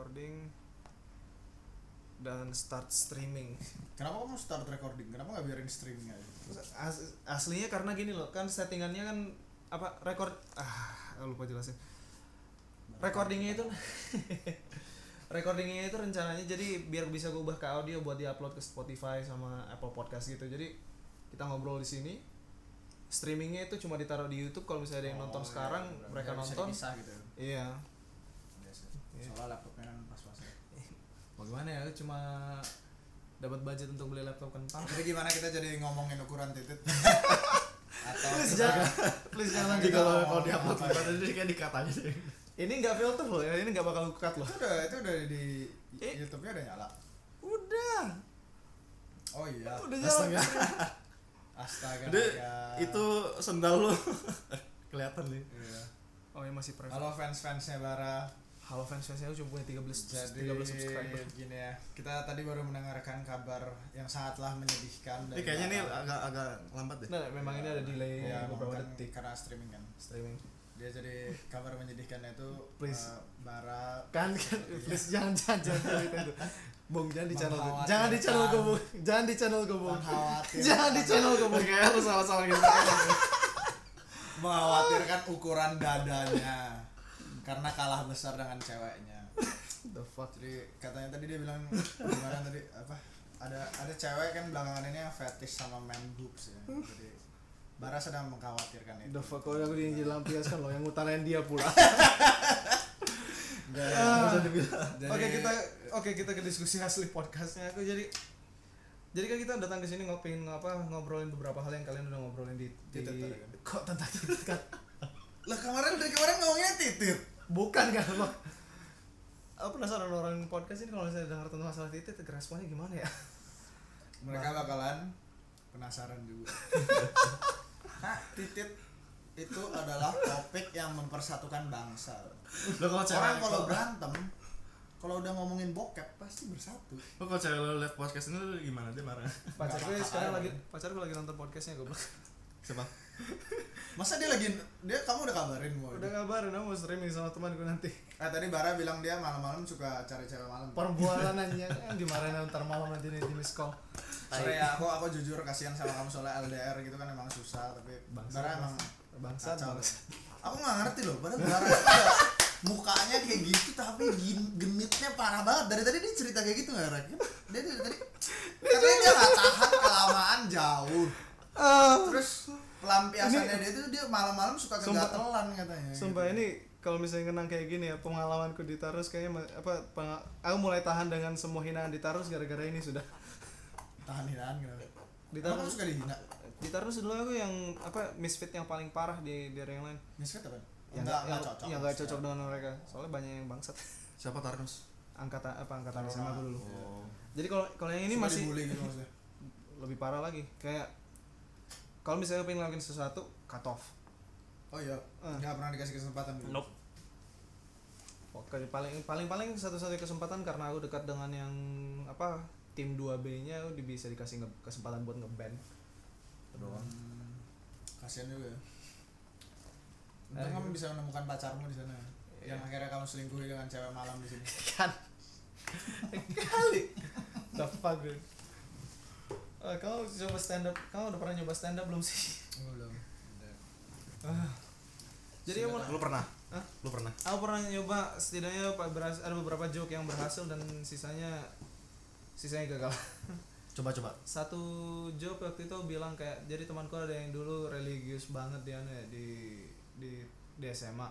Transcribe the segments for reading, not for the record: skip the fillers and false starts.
recording dan start streaming. Kenapa kamu start recording? Kenapa nggak biarin streaming aja? Aslinya karena gini loh, kan settingannya kan apa record lupa jelasin. Recordingnya itu recordingnya itu rencananya jadi biar bisa gue ubah ke audio buat diupload ke Spotify sama Apple Podcast gitu. Jadi kita ngobrol di sini. Streamingnya itu cuma ditaruh di YouTube, kalau misalnya ada yang nonton sekarang mereka nonton. Bisa gitu. Iya. Soalnya laptopnya kan pas-pasan. Bagaimana ya, cuma dapat budget untuk beli laptop kentang. Jadi gimana kita jadi ngomongin ukuran titik? Atau please jangan nanti kalau diupload kita jadi kayak dikat aja sih. Ini nggak filter loh ya, ini nggak bakal cut loh. Itu udah di YouTube-nya udah nyala. Udah. Oh iya. Udah nyala. Astaga. Itu sendal lu kelihatan nih. Iya. Oh ya masih private. Halo fans-fansnya Bara. Halo fans-fansnya aku cuma punya 13 subscriber. Gini ya, kita tadi baru mendengarkan kabar yang sangatlah menyedihkan. Ini kayaknya ini agak lambat deh. Nah, memang ini ada delay ya, beberapa kan detik karena streaming kan. streaming. Dia jadi kabar menyedihkannya itu Please. Bara Kan please jangan itu. Bung, jangan di channel gue. Mengkhawatirkan. Jangan di channel gue, Bung. Jangan di channel gue, Bung. mengkhawatirkan. Jangan di channel gue, Bung. Kayak lu salah-salah gitu. Mengkhawatirkan ukuran dadanya karena kalah besar dengan ceweknya. The fuck. Jadi katanya tadi dia bilang gimana tadi apa? Ada cewek kan belakangan ini yang fetish sama man boobs ya. Jadi Bara sedang mengkhawatirkan itu. The fuck, kalau aku dilampiaskan loh, yang utarain dia pula. Enggak usah dibilang. Oke, kita ke diskusi asli podcastnya. Aku jadi kan kita datang ke sini ngobrolin beberapa hal yang kalian udah ngobrolin di Titit tadi kan? kok tentang titit kan? Lah dari kemarin ngomongnya titit. Bukan kan lo? Aku penasaran orang podcast ini kalau saya dengar tentang masalah titit, responnya gimana ya? Mereka bakalan penasaran juga. Titit itu adalah topik yang mempersatukan bangsa. Lo kalau cewek Orang kalau berantem, kalau udah ngomongin bokep pasti bersatu. Lo kalau cewek lo liat podcast ini lo gimana, dia marah? Pacarku Nggak sekarang apa-apa. pacarku lagi nonton podcastnya goblok. Siapa? Masa kamu udah kabarin mau? Udah ngabarin aku mau streaming sama temanku nanti. Tadi Bara bilang dia malam-malam suka cari cewek malam. Perbualan aja dimarahin ntar malam nanti nih di miss call. Sorry ya, aku jujur kasihan sama kamu soalnya LDR gitu kan emang susah, tapi Bangsa, Bara emang bangsat kacau. banget. Aku nggak ngerti loh, padahal Bara itu ada mukanya kayak gitu tapi genitnya parah banget. Dari tadi dia cerita kayak gitu nggak Rak? Dia dari tadi katanya dia nggak tahan kelamaan jauh. Terus pelampiasannya dia malam-malam suka kegatelan katanya. Sumpah ini kalau misalnya kenang kayak gini ya, pengalamanku di Tarus kayaknya aku mulai tahan dengan semua hinaan di Tarus gara-gara ini sudah. Tahan hinaan kenapa? Di Kamu Tarus suka dihina? Di Tarus dulu aku yang misfit yang paling parah di daerah yang lain. Misfit apa? Yang Nggak cocok. yang nggak cocok dengan mereka. Soalnya banyak yang bangsat. Siapa Tarnus? Angkatan SMA aku dulu. Oh. Jadi kalau yang ini Suka masih dibully gitu maksudnya. lebih parah lagi. Kayak kalau misalnya pengen ngelakuin sesuatu, cut off. Oh iya, nggak pernah dikasih kesempatan dulu. Nope. Oke, paling satu-satunya kesempatan karena aku dekat dengan yang tim 2B-nya aku bisa dikasih kesempatan buat ngeband. Doang. Kasian juga ya. Untung kamu bisa menemukan pacarmu di sana. Iya. Yang akhirnya kamu selingkuhi dengan cewek malam di sini. Kan. Kali. The fuck, dude. Kamu coba stand up. Kamu udah pernah nyoba stand up belum sih? Belum. Jadi Lu pernah? Hah? Lu pernah? Aku pernah nyoba, setidaknya ada beberapa joke yang berhasil dan sisanya gagal. Coba. Satu joke waktu itu bilang kayak, jadi temanku ada yang dulu religius banget dia di SMA.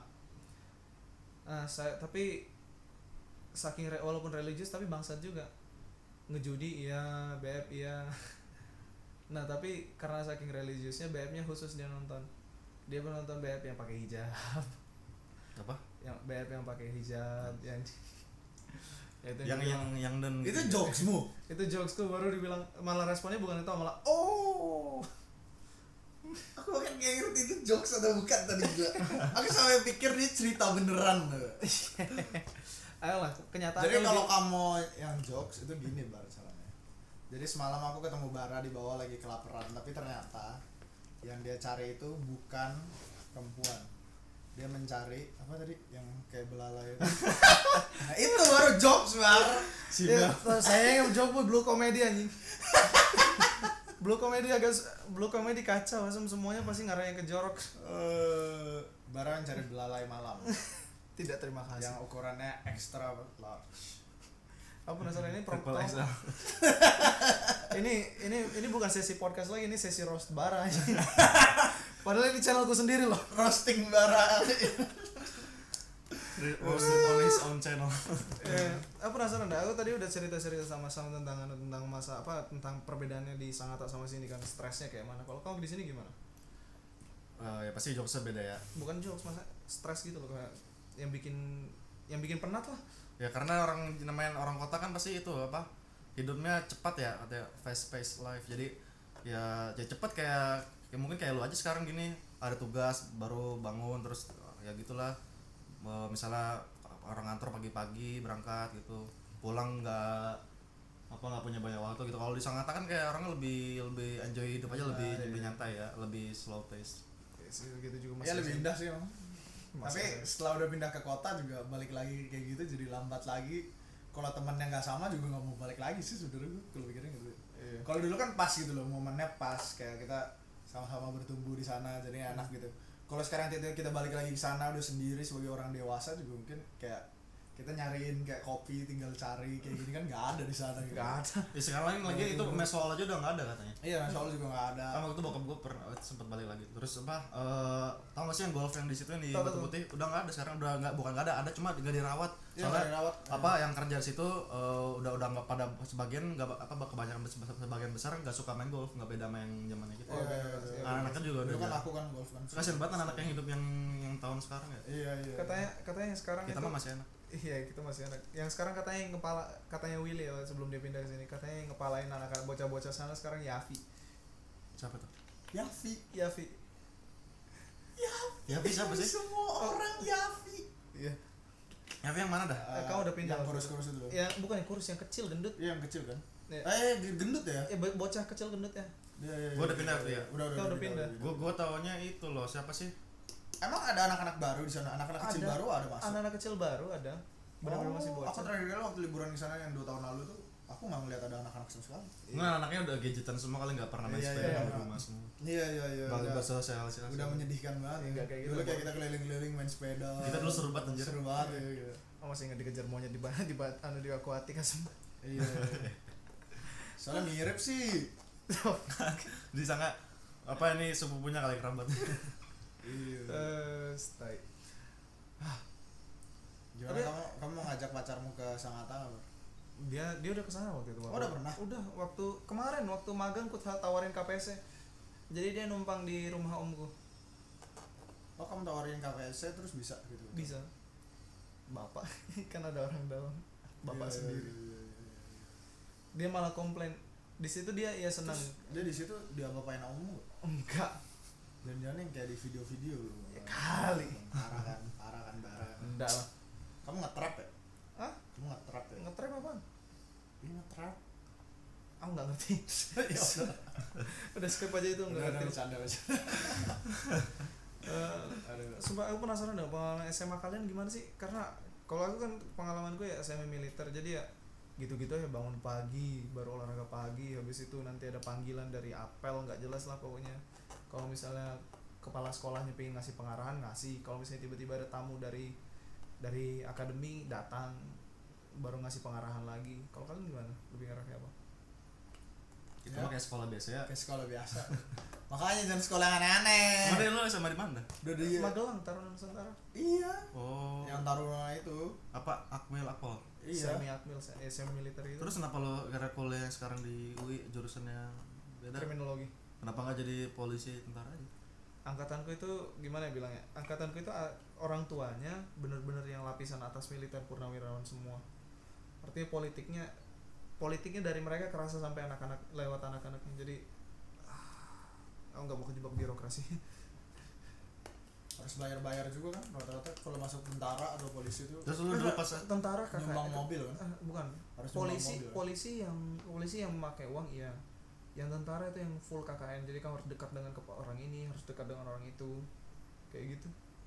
Tapi saking walaupun religius tapi bangsat juga. Ngejudi iya, BF iya. Nah, tapi karena saking religiusnya BF-nya khusus dia nonton. Dia menonton BF yang pakai hijab. Apa? Yang BF yang pakai hijab yang yang dan Itu jokesmu. itu jokesku, baru dibilang, malah responnya bukan itu, malah oh. Aku kan kayak ngerti itu jokes atau bukan tadi juga. Aku sampai pikir dia cerita beneran. Ayolah, kenyataan. Jadi kalau kamu yang jokes itu gini Bar caranya. Jadi semalam aku ketemu Bara di bawah lagi kelaparan, tapi ternyata yang dia cari itu bukan perempuan. dia mencari apa tadi yang kayak belalai itu. Nah itu baru jokes baru. Ya, saya yang jawab blue comedy anjing. Blue comedy kacau, semuanya pasti ngarahnya ke jorok. Barang cari belalai malam Tidak, terima kasih. yang ukurannya extra large. Aku penasaran ini Triple XL. ini bukan sesi podcast lagi, ini sesi roast bara anjing. Padahal ini channelku sendiri loh. Roasting bara. Roasted on his own channel. Aku penasaran dah. Aku tadi udah cerita sama tentang masa apa, tentang perbedaannya di Sangatta sama sini kan, stresnya kayak mana. Kalau kamu di sini gimana? Ya pasti jokesnya beda ya. Bukan jokes, masa stres gitu loh, kayak yang bikin penat lah. Ya karena namanya orang kota kan pasti itu apa, hidupnya cepat ya, katanya fast paced life. Jadi ya cepat kayak mungkin kayak lu aja sekarang gini, ada tugas baru bangun terus ya gitulah. Misalnya orang kantor pagi-pagi berangkat gitu, pulang nggak punya banyak waktu gitu. Kalau di Sangatta kan kayak orang lebih enjoy hidup aja, lebih nyantai ya, lebih slow pace. Gitu juga Ya lebih indah sih emang. Masa Tapi setelah udah pindah ke kota juga balik lagi kayak gitu, jadi lambat lagi. Kalau temennya nggak sama juga nggak mau balik lagi sih sebenarnya gue kalau pikirnya gitu. Iya. Kalau dulu kan pas gitu loh, momennya pas, kayak kita sama-sama bertumbuh di sana jadi enak gitu. Kalau sekarang kita balik lagi ke sana udah sendiri sebagai orang dewasa juga mungkin kayak kita nyariin kayak kopi tinggal cari kayak gini kan nggak ada di sana gitu. Nggak ada. Ya sekarang lagi itu mesol aja udah nggak ada katanya. Iya, soalnya juga nggak ada. Kan waktu itu bokap gue pernah sempet balik lagi. Terus apa? Tau gak sih yang golf yang di situ yang di Tahu, Batu tahu. Putih udah nggak ada sekarang, udah nggak, bukan nggak ada cuma nggak dirawat. Iya, Soalnya nggak dirawat. apa yang kerja di situ udah nggak pada, sebagian nggak apa kebanyakan sebagian besar nggak suka main golf, nggak beda sama yang zamannya kita. Oh, iya. Anak-anaknya juga udah Dulu kan jarang. aku kan golf kan. Kasian banget anak-anak yang hidup yang tahun sekarang ya. Iya. Katanya yang sekarang Kita itu, mah masih enak. iya kita masih enak. Yang sekarang katanya Willy ya, sebelum dia pindah ke sini, katanya yang ngepalain anak-anak bocah-bocah sana sekarang Yafi. Siapa tuh? Yafi. Yafi siapa sih? Semua orang Yafi. Iya. Yafi yang mana dah? Kamu udah pindah. Yang kurus-kurus itu loh. Ya bukan yang kurus, yang kecil gendut. Iya, yang kecil kan. Ya. Gendut ya? Bocah kecil gendut ya. Iya. Gua udah pindah tuh ya? Udah Udah pindah. Gue taunya itu loh, siapa sih? Emang ada anak-anak baru di sana? Anak-anak kecil Ada. baru ada masuk? Anak-anak kecil baru ada. Benar-benar masih bocah. Aku terakhir kali waktu liburan di sana yang 2 tahun lalu tuh, aku nggak ngeliat ada anak-anak sama sekali. Nggak, anaknya udah gadgetan semua kali, nggak pernah main Iya, sepeda iya, di iya. rumah semua. Iya. Nggak Udah, bersosialisasi. udah menyedihkan banget. Nggak kayak gitu. Dulu kayak kita keliling-keliling main sepeda. Kita dulu seru banget anjir. Seru banget ya. Oh, masih nggak dikejar monyet di akuatik kan semua. Iya. Soalnya mirip sih. Disangka apa ini sepupunya kali kerabat. Iya. Stay. Gimana Tapi- kamu mau ngajak pacarmu ke Sangatta nggak? Dia udah kesana waktu itu. Oh, udah pernah? Udah, waktu kemarin waktu magang ku tawarin KPSC. Jadi dia numpang di rumah omku. Oh, kamu tawarin KPSC terus bisa gitu? Bisa. Bapak kan ada orang dalam. Bapak Iya, sendiri. iya. Dia malah komplain. Di situ dia ya senang. Terus dia di situ diapa-apain kamu? Enggak. Jangan-jangan yang kayak di video-video loh. Ya kali. Parah kan barang. Enggak lah. Kamu nge-trap ya? Hah? Kamu nge-trap ya? Ngetrap apaan? Iya nge-trap. Aku nggak ngerti. Ya udah. Udah skip aja itu nggak ngerti. bercanda. Sumpah aku penasaran deh pengalaman SMA kalian gimana sih? Karena kalau aku kan pengalaman gue ya SMA militer, jadi ya gitu-gitu ya, bangun pagi baru olahraga pagi, habis itu nanti ada panggilan dari apel nggak jelas lah pokoknya. Kalau misalnya kepala sekolahnya pengen ngasih pengarahan ngasih, kalau misalnya tiba-tiba ada tamu dari akademi datang baru ngasih pengarahan lagi. Kalau kalian gimana? Lebih ngarah kayak apa? Kita Ya. mah kayak sekolah biasa ya. Kayak sekolah biasa. Makanya jangan sekolah yang aneh-aneh. Mana lu sama di mana? Udah di Magelang, Taruna Nusantara. Iya. Oh. Yang Taruna itu. Apa Akmil Akpol? Iya. Semi akmil, semi militer itu. Terus kenapa lo karena kuliah yang sekarang di UI jurusannya beda? kriminologi. Kenapa nggak jadi polisi tentara aja? Angkatanku itu gimana ya bilangnya? Angkatanku itu orang tuanya bener-bener yang lapisan atas militer purnawirawan semua. Artinya politiknya dari mereka kerasa sampai anak-anak, lewat anak-anaknya. Jadi aku nggak mau kejebak birokrasi. Harus bayar juga kan rata-rata kalau masuk tentara atau polisi itu. Terus lu dulu pas Tentara kakak Nyumbang mobil kan? bukan Harus nyumbang mobil. polisi yang memakai uang iya. Yang tentara itu yang full KKN, jadi kamu harus dekat dengan orang ini, harus dekat dengan orang itu, kayak gitu.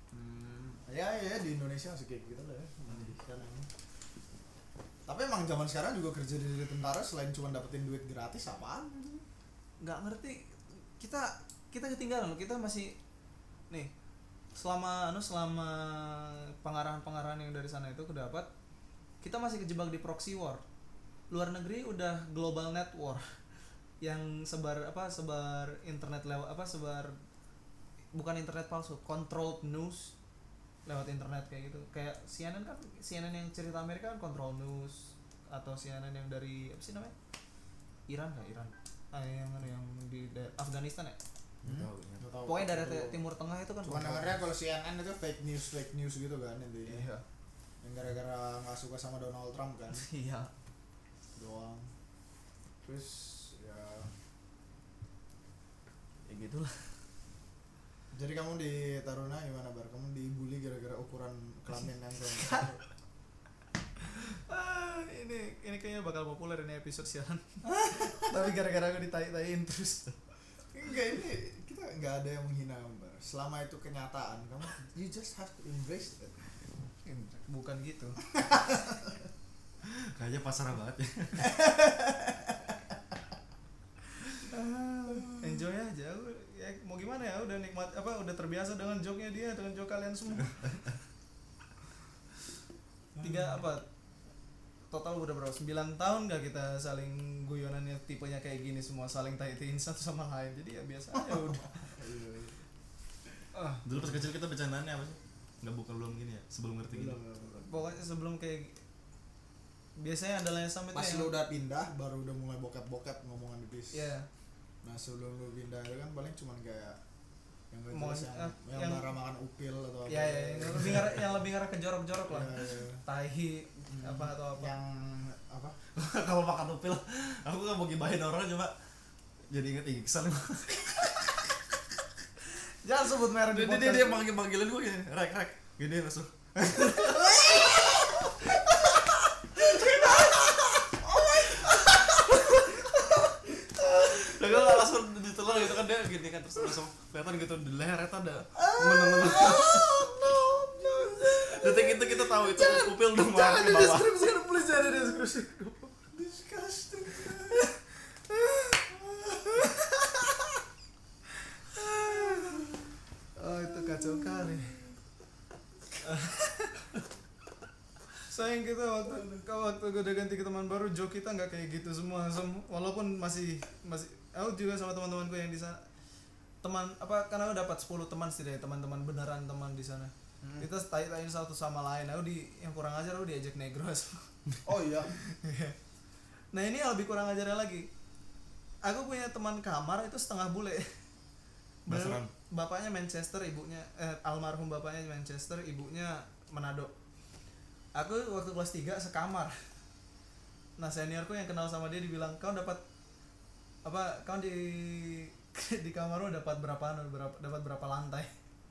Ya di Indonesia masih kayak gitu lah ya, menyedihkan emang. Tapi emang zaman sekarang juga kerja di tentara selain cuma dapetin duit gratis apaan gitu? Nggak ngerti, kita ketinggalan loh. Kita masih nih selama pengarahan yang dari sana itu kedapat, kita masih kejebak di proxy war. Luar negeri udah global net war yang sebar internet lewat bukan internet palsu, controlled news lewat internet kayak gitu. Kayak CNN yang cerita Amerika kan control news, atau CNN yang dari apa sih namanya, Iran yang di Afghanistan ya. Nggak tahu. Pokoknya dari Timur Tengah itu kan Cuma control. dengarnya kalau CNN itu fake news gitu kan intinya. Iya. Yang gara-gara nggak suka sama Donald Trump kan Iya. doang. Terus ya Gitulah. jadi kamu di Taruna gimana Bar? Kamu dibully gara-gara ukuran kelamin yang kamu Ini kayaknya bakal populer ini episode sialan. Tapi gara-gara aku ditai-taiin terus. enggak, ini kita nggak ada yang menghina Bar. Selama itu kenyataan, kamu you just have to embrace it. Bukan gitu. Kayaknya pasrah banget ya. Enjoy aja. Ya mau gimana ya, udah nikmat udah terbiasa dengan joke-nya dia, dengan joke kalian semua. Total udah berapa? 9 tahun gak kita saling guyonannya tipenya kayak gini, semua saling tai-taiin satu sama lain. Jadi ya biasa aja udah. Dulu pas kecil kita bercandaannya apa sih? Nggak bukan belum gini ya, sebelum ngerti gini. Pokoknya sebelum kayak biasanya andalanya sampai Pas lu udah pindah baru udah mulai bokep ngomongan di bis. Iya. Nah sebelum lu pindah itu kan paling cuman kayak yang gak Mau- jelas yang marah makan upil atau apa. Ya, yang lebih ngarah ke jorok-jorok lah. Ya. Tahi atau apa. Yang apa? Kalau makan upil, aku nggak mau gibahin orang coba. Jadi inget Iksan. Jangan sebut merek di podcast. Dia manggilin gue gini, rek, gini langsung. Dan gue langsung ditelan gitu kan, dia gini kan, terus langsung kelihatan gitu di leher itu ada meneng-meneng. Detik itu kita tahu itu upil udah marah ke bawah. Please jangan di deskripsi. Disgusting. Oh itu kacau kali. Sayang kita waktu gue udah ganti ke teman baru, joke kita nggak kayak gitu semua. Walaupun masih aku juga sama teman-temanku yang di sana. Karena aku dapat 10 teman setidaknya, teman-teman beneran teman di sana. Kita tai-taiin satu sama lain. Yang kurang ajar aku diajak negros. Oh iya. Nah ini yang lebih kurang ajarnya lagi. Aku punya teman kamar itu setengah bule. Baseran. Bapaknya Manchester, ibunya almarhum bapaknya Manchester, ibunya Manado. Aku waktu kelas 3 sekamar. Nah seniorku yang kenal sama dia dibilang, kau dapat kau di kamar lu dapat berapa lantai?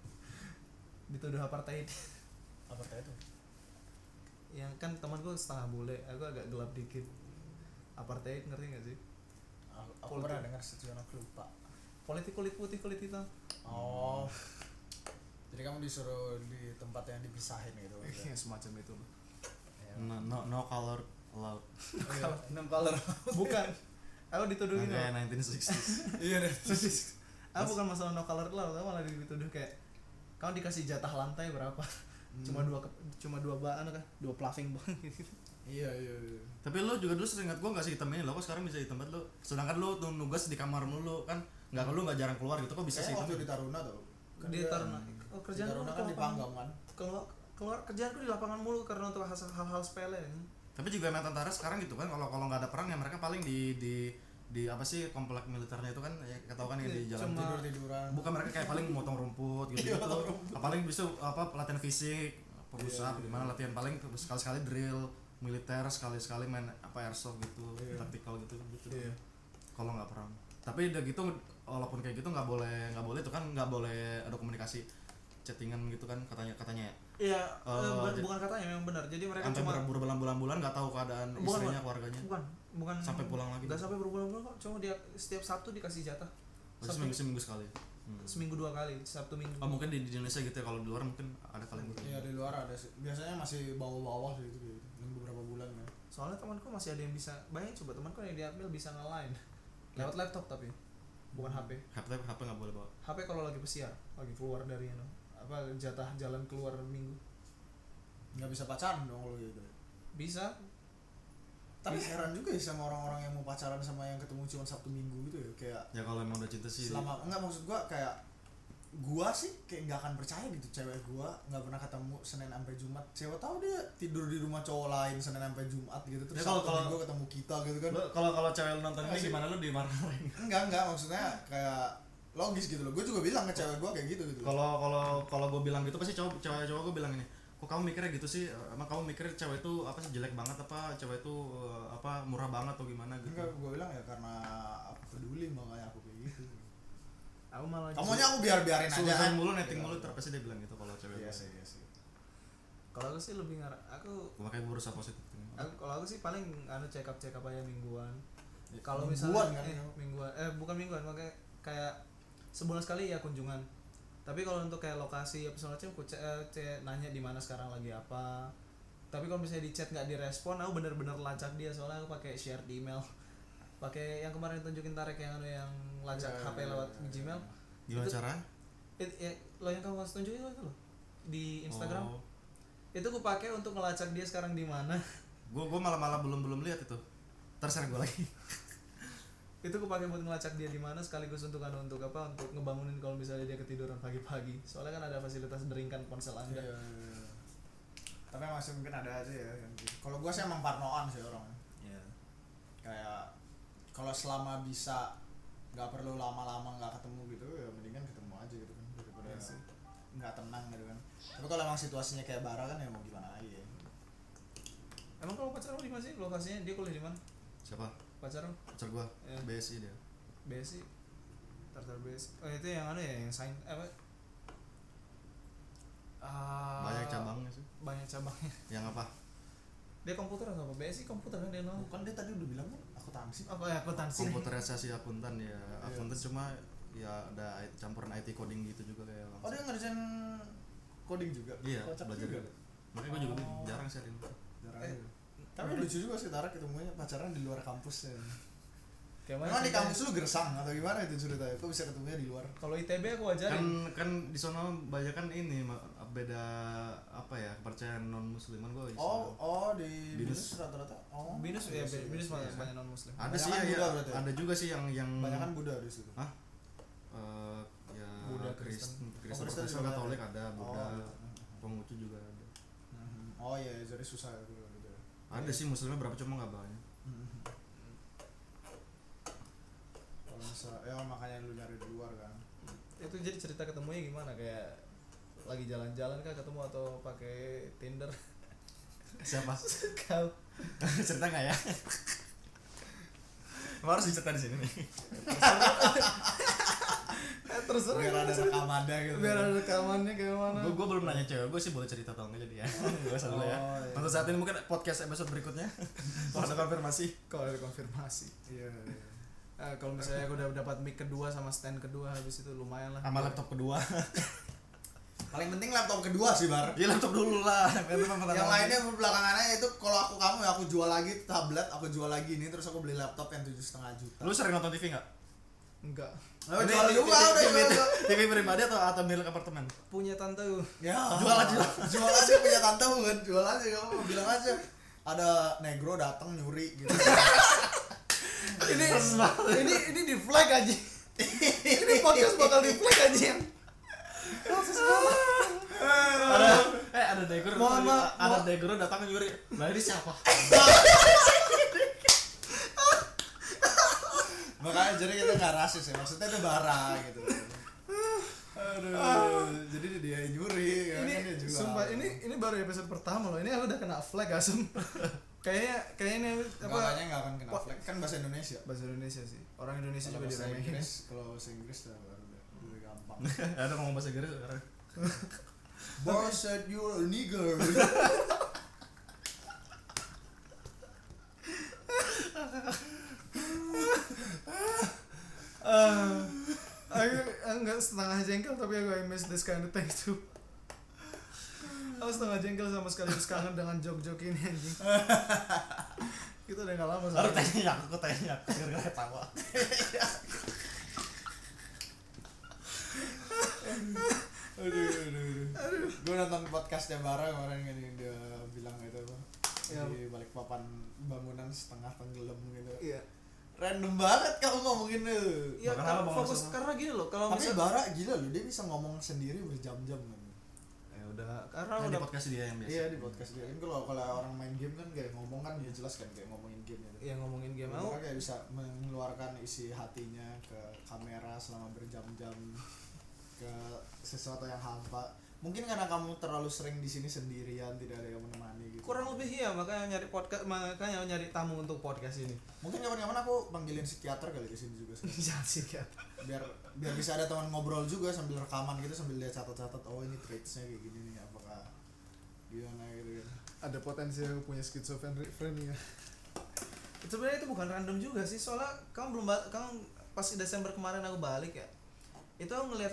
Dituduh apartheid. Apa itu? Yang kan temanku setengah bule, aku agak gelap dikit. Apartheid ngerti nggak sih? Aku pernah dengar sejarah, aku lupa. Politik kulit putih kulit hitam. Oh. Jadi kamu disuruh di tempat yang dipisahin gitu. Iya semacam itu. Ya. No color allowed. Enam color. Bukan. Aku dituduhin. Kayak 1960s. Iya deh. Aku bukan masalah no color lah, aku malah dituduh kayak kamu dikasih jatah lantai berapa? Cuma dua plaving gitu. Iya. Tapi lo juga dulu sering ingat gue nggak sih hitam ini lo, kok sekarang bisa hitam banget lo? Sedangkan lo tuh nugas di kamar mulu kan, nggak jarang keluar gitu, kok bisa sih hitam? Waktu di Taruna tuh. Di Taruna. Oh, Di kerjaan Taruna aku kan di di Panggang kan. keluar kerjaanku di lapangan mulu karena untuk hal-hal sepele. Tapi juga emang tentara sekarang gitu kan, kalau nggak ada perang ya mereka paling di apa sih komplek militernya itu kan, ya kata kan yang di jalan Cuma- tiduran. bukan mereka kayak paling motong rumput gitu gitu. Paling bisa pelatihan fisik, pusat gimana latihan paling sekali-sekali drill militer, sekali-sekali main airsoft gitu, taktikal gitu. Iya. Kalau nggak perang. Tapi udah gitu walaupun kayak gitu nggak boleh itu kan, nggak boleh ada komunikasi chattingan gitu kan katanya ya. Iya, Oh, bukan katanya, memang benar. Jadi mereka Sampai cuma berbulan-bulan nggak tahu keadaan istrinya, keluarganya. bukan Sampai pulang lagi. Enggak sampai berbulan-bulan kok. Cuma dia setiap Sabtu dikasih jatah. Berarti seminggu sekali. seminggu 2 kali, Sabtu Minggu. Oh mungkin di Indonesia gitu ya, kalau di luar mungkin ada kali yang Iya di luar ada sih. Biasanya masih bawah-bawah sih gitu. Nunggu beberapa bulan kan. Soalnya temanku masih ada yang bisa, banyak coba temanku yang diambil bisa nge-line lewat laptop tapi bukan HP. HP nggak boleh bawa. HP kalau lagi pesiar, lagi keluar dari jatah jalan keluar minggu. Nggak bisa pacaran dong kalau gitu. Bisa. Tapi heran juga ya sama orang-orang yang mau pacaran sama yang ketemu cuma Sabtu Minggu gitu ya, kayak Ya kalau emang udah cinta sih. selama enggak, maksud gua kayak gua sih kayak nggak akan percaya gitu, cewek gua nggak pernah ketemu Senin sampai Jumat, siapa tahu dia tidur di rumah cowok lain Senin sampai Jumat gitu, terus Ya, Sabtu kalau- Minggu ketemu kita gitu kan. Kalau cewek lu nonton ini Asik. gimana, lu dimarahin? Enggak maksudnya kayak logis gitu loh, gue juga bilang ke cewek gua kayak gitu gitu. Kalau gue bilang gitu pasti cowok gue bilang ini, kok kamu mikirnya gitu sih? Emang kamu mikir cewek itu apa sih, jelek banget apa cewek itu apa murah banget atau gimana gitu? Enggak, gue bilang ya karena aku peduli makanya aku kayak gitu. Aku malah Kamunya aku biarin aja. Susan mulu, Iya. netting mulu, terus dia bilang gitu kalau cewek. Iya sih. kalau aku sih lebih aku Makanya gue berusaha positif. kalau aku sih paling check up aja mingguan. Ya, Kalau mingguan misalnya kan, mingguan bukan mingguan, makanya kayak sebulan sekali ya kunjungan. Tapi kalau untuk kayak lokasi apa segala macam, aku nanya di mana sekarang lagi apa. Tapi kalau misalnya di chat nggak direspon, aku bener-bener lacak dia, soalnya aku pakai share di email. Pakai yang kemarin tunjukin Tarek yang lacak Ya, HP lewat Gmail. Gimana Itu- cara? Lo yang kamu kasih tunjukin itu loh di Instagram. Oh, Itu aku pakai untuk ngelacak dia sekarang di mana. gue malah belum lihat itu. Terserah gue lagi. Itu aku pakai buat ngelacak dia di mana, sekaligus untuk untuk ngebangunin kalau misalnya dia ketiduran pagi-pagi. Soalnya kan ada fasilitas deringkan ponsel Anda. Iya. Tapi masih mungkin ada aja ya yang gitu. Kalau gua sih emang parnoan sih orang. Iya. Kayak kalau selama bisa nggak perlu lama-lama nggak ketemu gitu ya mendingan ketemu aja gitu kan daripada Iya sih. nggak tenang gitu kan. Tapi kalau emang situasinya kayak bara kan ya mau gimana lagi ya. Emang kalau pacar lo di mana sih lokasinya? Dia kuliah di mana? Siapa? Pacar lo? Pacar gue. Iya. BSI dia. BSI. Tartar BSI. Oh itu yang yang sains apa? Banyak cabangnya sih. Banyak cabangnya. Yang apa? Dia komputer atau apa? BSI komputer kan dia no. Bukan dia tadi udah bilang kan akuntansi. Apa ya akuntansi? Komputerisasi akuntan ya. Iya. Akuntan cuma ya ada campuran IT coding gitu juga kayak. Oh dia ngerjain coding juga. Iya, Kocak belajar juga. juga. Makanya gue juga Oh. jarang sharing. Jarang Eh, aja. Tapi lucu juga sih Tarak ketemunya pacaran di luar kampus ya. Kayak mana Emang di ceritanya? kampus lu gersang atau gimana itu ceritanya? Kok bisa ketemunya di luar? Kalau ITB aku ajarin. Kan di sono banyak kan ini beda apa ya, kepercayaan non musliman gue. Oh di Binus. Binus rata-rata. Oh. Binus ya, iya, Binus iya. banyak non muslim. Ada sih Banyakan ya, Buddha berarti ya? ada juga sih yang Banyak kan Buddha di situ. Hah? Ya Buddha, Kristen, Kristen Protestan, juga Katolik ada. ada, Buddha, Oh, iya. Konghucu juga ada. Oh iya, jadi susah gitu. Ada sih muslimnya berapa cuma nggak banyak. Kalau misalnya, ya makanya lu nyari di luar kan. Itu jadi cerita ketemunya gimana, kayak lagi jalan-jalan kah ketemu atau pakai Tinder? Siapa? Kau Cerita nggak ya? Harus dicerita di sini nih. terserah Biar ada rekamannya gitu. biar ada rekamannya kayak mana. Gue belum nanya cewek, gue sih boleh cerita atau enggak jadi ya. Gue asal dulu ya. Oh, iya. Untuk saat ini mungkin podcast episode berikutnya. Kalau ada konfirmasi. Kalau ada konfirmasi. Iya. Kalau misalnya aku udah dapat mic kedua sama stand kedua, habis itu lumayan lah. Sama laptop kedua. Paling penting laptop kedua sih Bar. Iya laptop dulu lah. Yang lainnya belakangannya itu kalau kamu ya aku jual lagi tablet, aku jual lagi ini, terus aku beli laptop yang 7,5 juta. Lu sering nonton TV nggak? Enggak. Oh, jual juga udah jual. TV pribadi atau milik apartemen? Punya tante. Ya, Jual aja. Jual aja punya tante bukan, jual aja kamu bilang aja. Ada negro datang nyuri gitu. ini di flag aja. Ini podcast bakal di flag aja. Ada negro. Mohon maaf, Ada negro datang nyuri. Nah ini siapa? Makanya jadi kita nggak rasis ya, maksudnya itu bara gitu. Aduh, jadi dia yang nyuri, Ini kan dia jual. sumpah ini baru episode pertama loh. Ini aku udah kena flag asem. kayaknya Nggak, apa? kayaknya nggak akan kena flag, kan bahasa Indonesia. Bahasa Indonesia sih. Orang Indonesia Kalau juga bahasa diremehin. Inggris, kalau bahasa Inggris dah baru udah gampang. Ada ngomong bahasa Inggris sekarang. Boss said you're a nigger. Aku enggak setengah jengkel tapi aku I miss this kind of thing too. Aku setengah jengkel sama sekaligus kangen dengan jok-jok ini anjing. Kita udah gak lama Harus tanya aku gara-gara ketawa. Aduh. Gue nonton podcastnya Bara kemarin ini dia bilang itu apa? Ya. Di balik papan bangunan setengah tenggelam gitu. Iya. Random banget kamu ngomongin itu. Iya, Bahkan apa fokus maksudnya? karena gini loh, kalau Tapi misal Bara gila loh, dia bisa ngomong sendiri berjam-jam kan. ya udah karena Yang di udah podcast dia yang biasa. Iya di podcast dia. Kan kalau orang main game kan kayak ngomong kan ya jelas kan kayak ngomongin game gitu. yang ngomongin game Bara mau kayak bisa mengeluarkan isi hatinya ke kamera selama berjam-jam ke sesuatu yang hampa. Mungkin karena kamu terlalu sering di sini sendirian, tidak ada yang menemani gitu. kurang lebih ya, makanya nyari tamu untuk podcast ini. Mungkin kapan-kapan aku panggilin psikiater kali ke sini juga sekarang. Jangan sih kan. biar bisa ada teman ngobrol juga sambil rekaman gitu, sambil lihat catat-catat, oh ini traitsnya kayak gini nih, apakah gimana gitu kan. Ada potensi aku punya skizofrenia. Sebenarnya itu bukan random juga sih, soalnya kamu pas Desember kemarin aku balik ya, itu aku ngeliat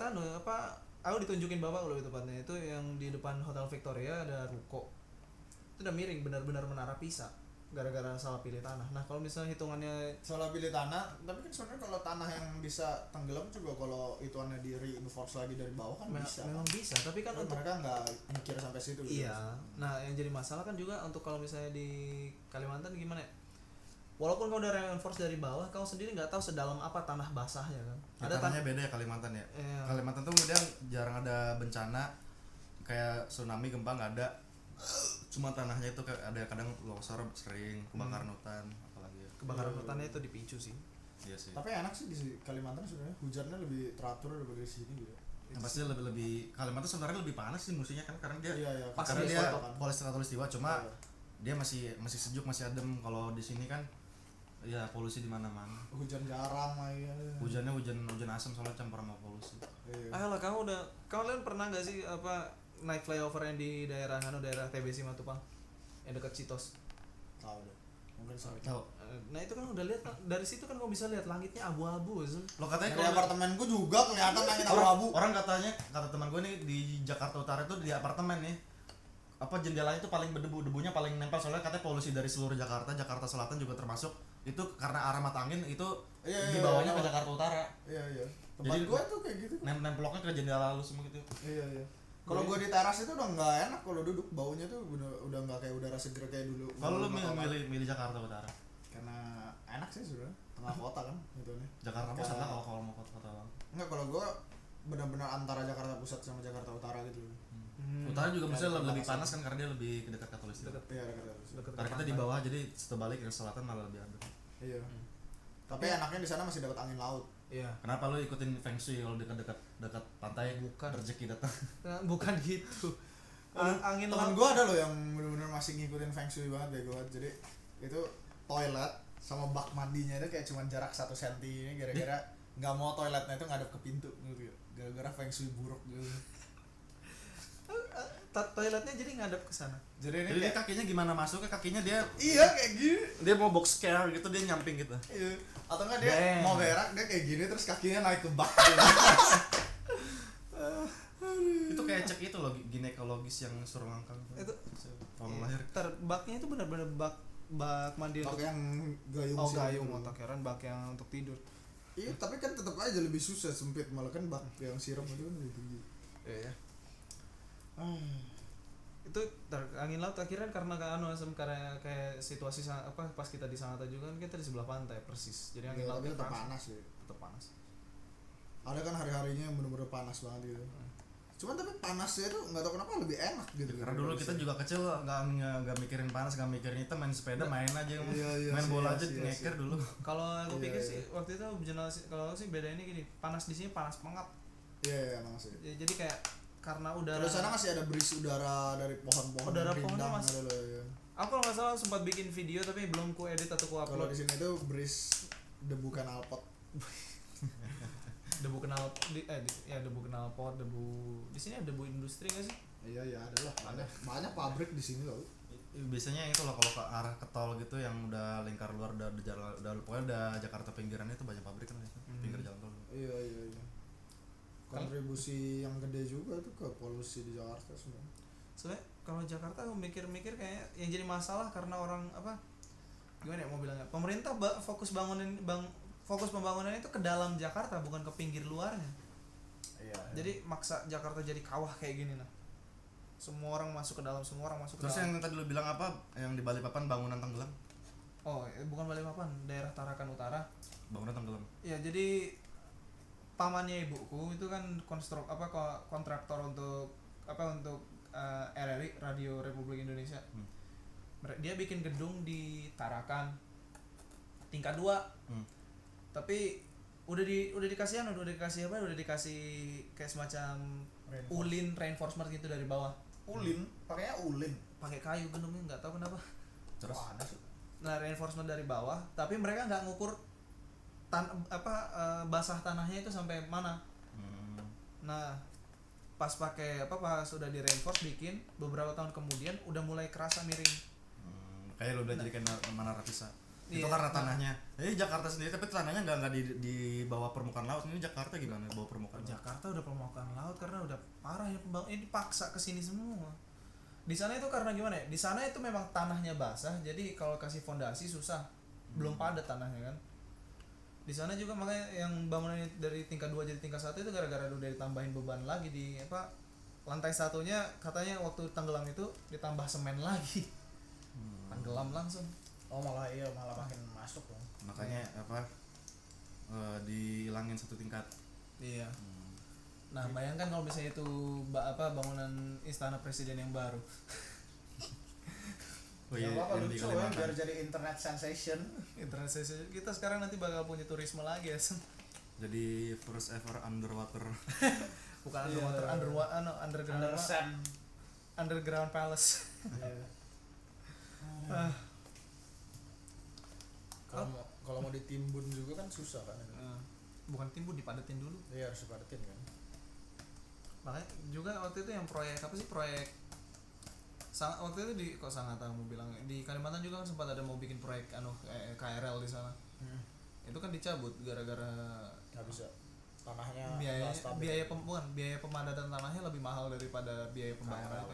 aku ditunjukin bapak lebih tepatnya, itu yang di depan Hotel Victoria ada ruko, itu udah miring benar-benar menara Pisa gara-gara salah pilih tanah. Nah kalau misalnya hitungannya Salah pilih tanah, tapi kan sebenarnya kalau tanah yang bisa tenggelam juga kalau hitungannya di reinforce lagi dari bawah kan bisa. memang bisa, tapi kan Tapi untuk mereka nggak mikir sampai situ. Gitu. iya. Nah yang jadi masalah kan juga untuk kalau misalnya di Kalimantan gimana ya? Walaupun kau udah reinforce dari bawah, kau sendiri nggak tahu sedalam apa tanah basahnya kan. Ada tanahnya beda ya Kalimantan ya. Iya. Kalimantan tuh kemudian jarang ada bencana kayak tsunami, gempa nggak ada. Cuma tanahnya itu kayak ada kadang longsor sering, kebakaran hutan apalagi. Ya. Kebakaran hutannya itu dipicu sih. Iya sih. Tapi enak sih di Kalimantan sebenarnya, hujannya lebih teratur daripada di sini gitu. Yang pasti lebih Kalimantan sebenarnya lebih panas sih musimnya kan karena dia Iya, Pas karena di dia foto kan. khatulistiwa cuma Iya. dia masih sejuk, masih adem. Kalau di sini kan ya polusi di mana-mana. Hujan jarang lagi. Hujannya hujan asam soalnya campur sama polusi. Iya. Ayolah kalian pernah nggak sih naik flyover yang di daerah TBC Matupang yang dekat Citos? Tahu deh. Mungkin sampai Tahu. Nah itu kan udah lihat dari situ kan kau bisa lihat langitnya abu-abu Zul. Lo katanya dari kalau apartemenku juga kelihatan langit orang, abu-abu. orang kata teman gue nih di Jakarta Utara itu di apartemen nih apa jendelanya itu paling debunya paling nempel soalnya katanya polusi dari seluruh Jakarta Selatan juga termasuk itu karena arah mata angin itu Iya, di bawahnya iya, ke Jakarta Utara. Iya. Tempat Jadi gua tuh kayak gitu. Nempeloknya ke jendela lu semua gitu. Iya. Kalau gua di teras itu udah nggak enak kalau duduk, baunya tuh udah nggak kayak udara seger kayak dulu. Kalau lu Dulu kota. milih Jakarta Utara. Karena enak sih sebenarnya, tengah kota kan gitu nih. Jakarta Pusat lah kalau mau kota Bang. Enggak, kalau gua benar-benar antara Jakarta Pusat sama Jakarta Utara gitu. Utara juga maksudnya Jakarta lebih Selatan. panas kan karena dia lebih dekat katulistiwa. Iya, Jakarta Pusat. Deket Karena kita di bawah jadi sebalik yang selatan malah lebih adem. Iya. Tapi enaknya di sana masih dapat angin laut. Iya. Kenapa lu ikutin Feng Shui kalau dekat pantai? Bukan. Rezeki datang. Bukan gitu. Angin Temen laut. gua ada loh yang bener-bener masih ngikutin Feng Shui banget kayak gua. Jadi itu toilet sama bak mandinya itu kayak cuma jarak 1 cm ini gara-gara nggak mau toiletnya itu ngadep ke pintu gitu. Gara-gara Feng Shui buruk gitu. Toiletnya jadi ngadep ke sana. Jadi ini Jadi dia kayak kakinya gimana masuknya? Kakinya dia iya kayak gini. dia mau box care gitu dia nyamping gitu. Iya. Atau enggak dia Damn. mau berak dia kayak gini terus kakinya naik ke bak gitu. Itu kayak cek itu loh ginekologis yang suruh ngangkang. Itu Kalau lahir. baknya itu benar-benar bak mandi Bak untuk yang gayung oh sih. gayung, otak heran bak yang untuk tidur. Iya, tapi kan tetap aja lebih susah sempit, malah kan bak yang siram itu kan lebih tinggi. Iya. Itu angin laut akhirnya karena karena kayak situasi pas kita di Sangatta juga kan kita di sebelah pantai persis. Jadi angin Iya, laut tapi tetap panas ya. tetap panas. Ada kan hari-harinya yang bener-bener panas banget gitu. Cuman tapi panasnya itu nggak tahu kenapa lebih enak gitu. Karena dulu kita juga kecil nggak mikirin panas, nggak mikirin itu, main sepeda main aja, Iya, main sih, bola iya, aja sih, ngeker iya. dulu. Kalau aku Iya, pikir iya. sih waktu itu kalau sih beda ini gini, panas di sini panas pengap. Iya, emang sih. Jadi kayak karena udara. Terus sana masih ada bris udara dari pohon-pohon. Udara yang pohonnya rindang, masih- ada loh, ya. Aku kalau nggak salah sempat bikin video tapi belum ku edit atau ku Kalau upload. di sini tuh bris debu knalpot. Debu debu knalpot, debu di sini ada debu industri nggak sih? Iya, ada lah. Banyak pabrik di sini loh. Biasanya itu loh kalau ke arah ke tol gitu yang udah lingkar luar udah pokoknya udah Jakarta pinggirannya itu banyak pabrik kan biasanya, pinggir jalan tol. Iya. kontribusi yang gede juga tuh ke polusi di Jakarta sebenarnya. Soalnya kalau Jakarta aku mikir-mikir kayak yang jadi masalah karena orang apa gimana ya mau bilangnya, pemerintah fokus pembangunan itu ke dalam Jakarta bukan ke pinggir luarnya. Iya. Jadi maksa Jakarta jadi kawah kayak gini nah, semua orang masuk ke dalam, semua orang masuk ke Terus dalam. yang tadi lu bilang apa, yang di Balikpapan bangunan tenggelam? Bukan Balikpapan, daerah Tarakan Utara. Bangunan tenggelam. Ya jadi pamannya ibuku itu kan kontraktor untuk RRI, Radio Republik Indonesia. Dia bikin gedung di Tarakan tingkat 2. Tapi udah dikasih kayak semacam reinforcement gitu dari bawah. Pakainya ulin. Pakai kayu gedungnya nggak tahu kenapa. Terus Nah, reinforcement dari bawah, tapi mereka nggak ngukur basah tanahnya itu sampai mana. Nah, pas udah di reinforce bikin beberapa tahun kemudian udah mulai kerasa miring. Kayak lu udah jadi kayak Menara Pisa. Itu Iya, karena tanahnya. Jakarta sendiri tapi tanahnya nggak di bawah permukaan laut. Ini Jakarta gimana bawah permukaan laut? Jakarta udah permukaan laut karena udah parah ya ini dipaksa ke sini semua. Di sana itu karena gimana ya? Di sana itu memang tanahnya basah, jadi kalau kasih fondasi susah. Belum padat tanahnya kan. Di sana juga makanya yang bangunan dari tingkat 2 jadi tingkat 1 itu gara-gara udah ditambahin beban lagi di lantai satunya katanya waktu tenggelam itu ditambah semen lagi. Tenggelam langsung. Malah makin masuk dong. Makanya dihilangin 1 tingkat. Iya. Nah, bayangkan kalau misalnya itu bangunan istana presiden yang baru. Yang lucu ya, biar jadi internet sensation. Internet sensation. Kita sekarang nanti bakal punya turisme lagi ya. Jadi first ever underwater. Bukan underwater, underground palace. Kalau mau ditimbun juga kan susah kan. Bukan timbun, dipadetin dulu. Iya, harus dipadetin kan. Makanya juga waktu itu yang proyek waktu itu di Sangatta mau bilang di Kalimantan juga kan sempat ada mau bikin proyek KRL di sana. Itu kan dicabut gara-gara nggak bisa, tanahnya biaya pemadatan tanahnya lebih mahal daripada biaya pembangunan.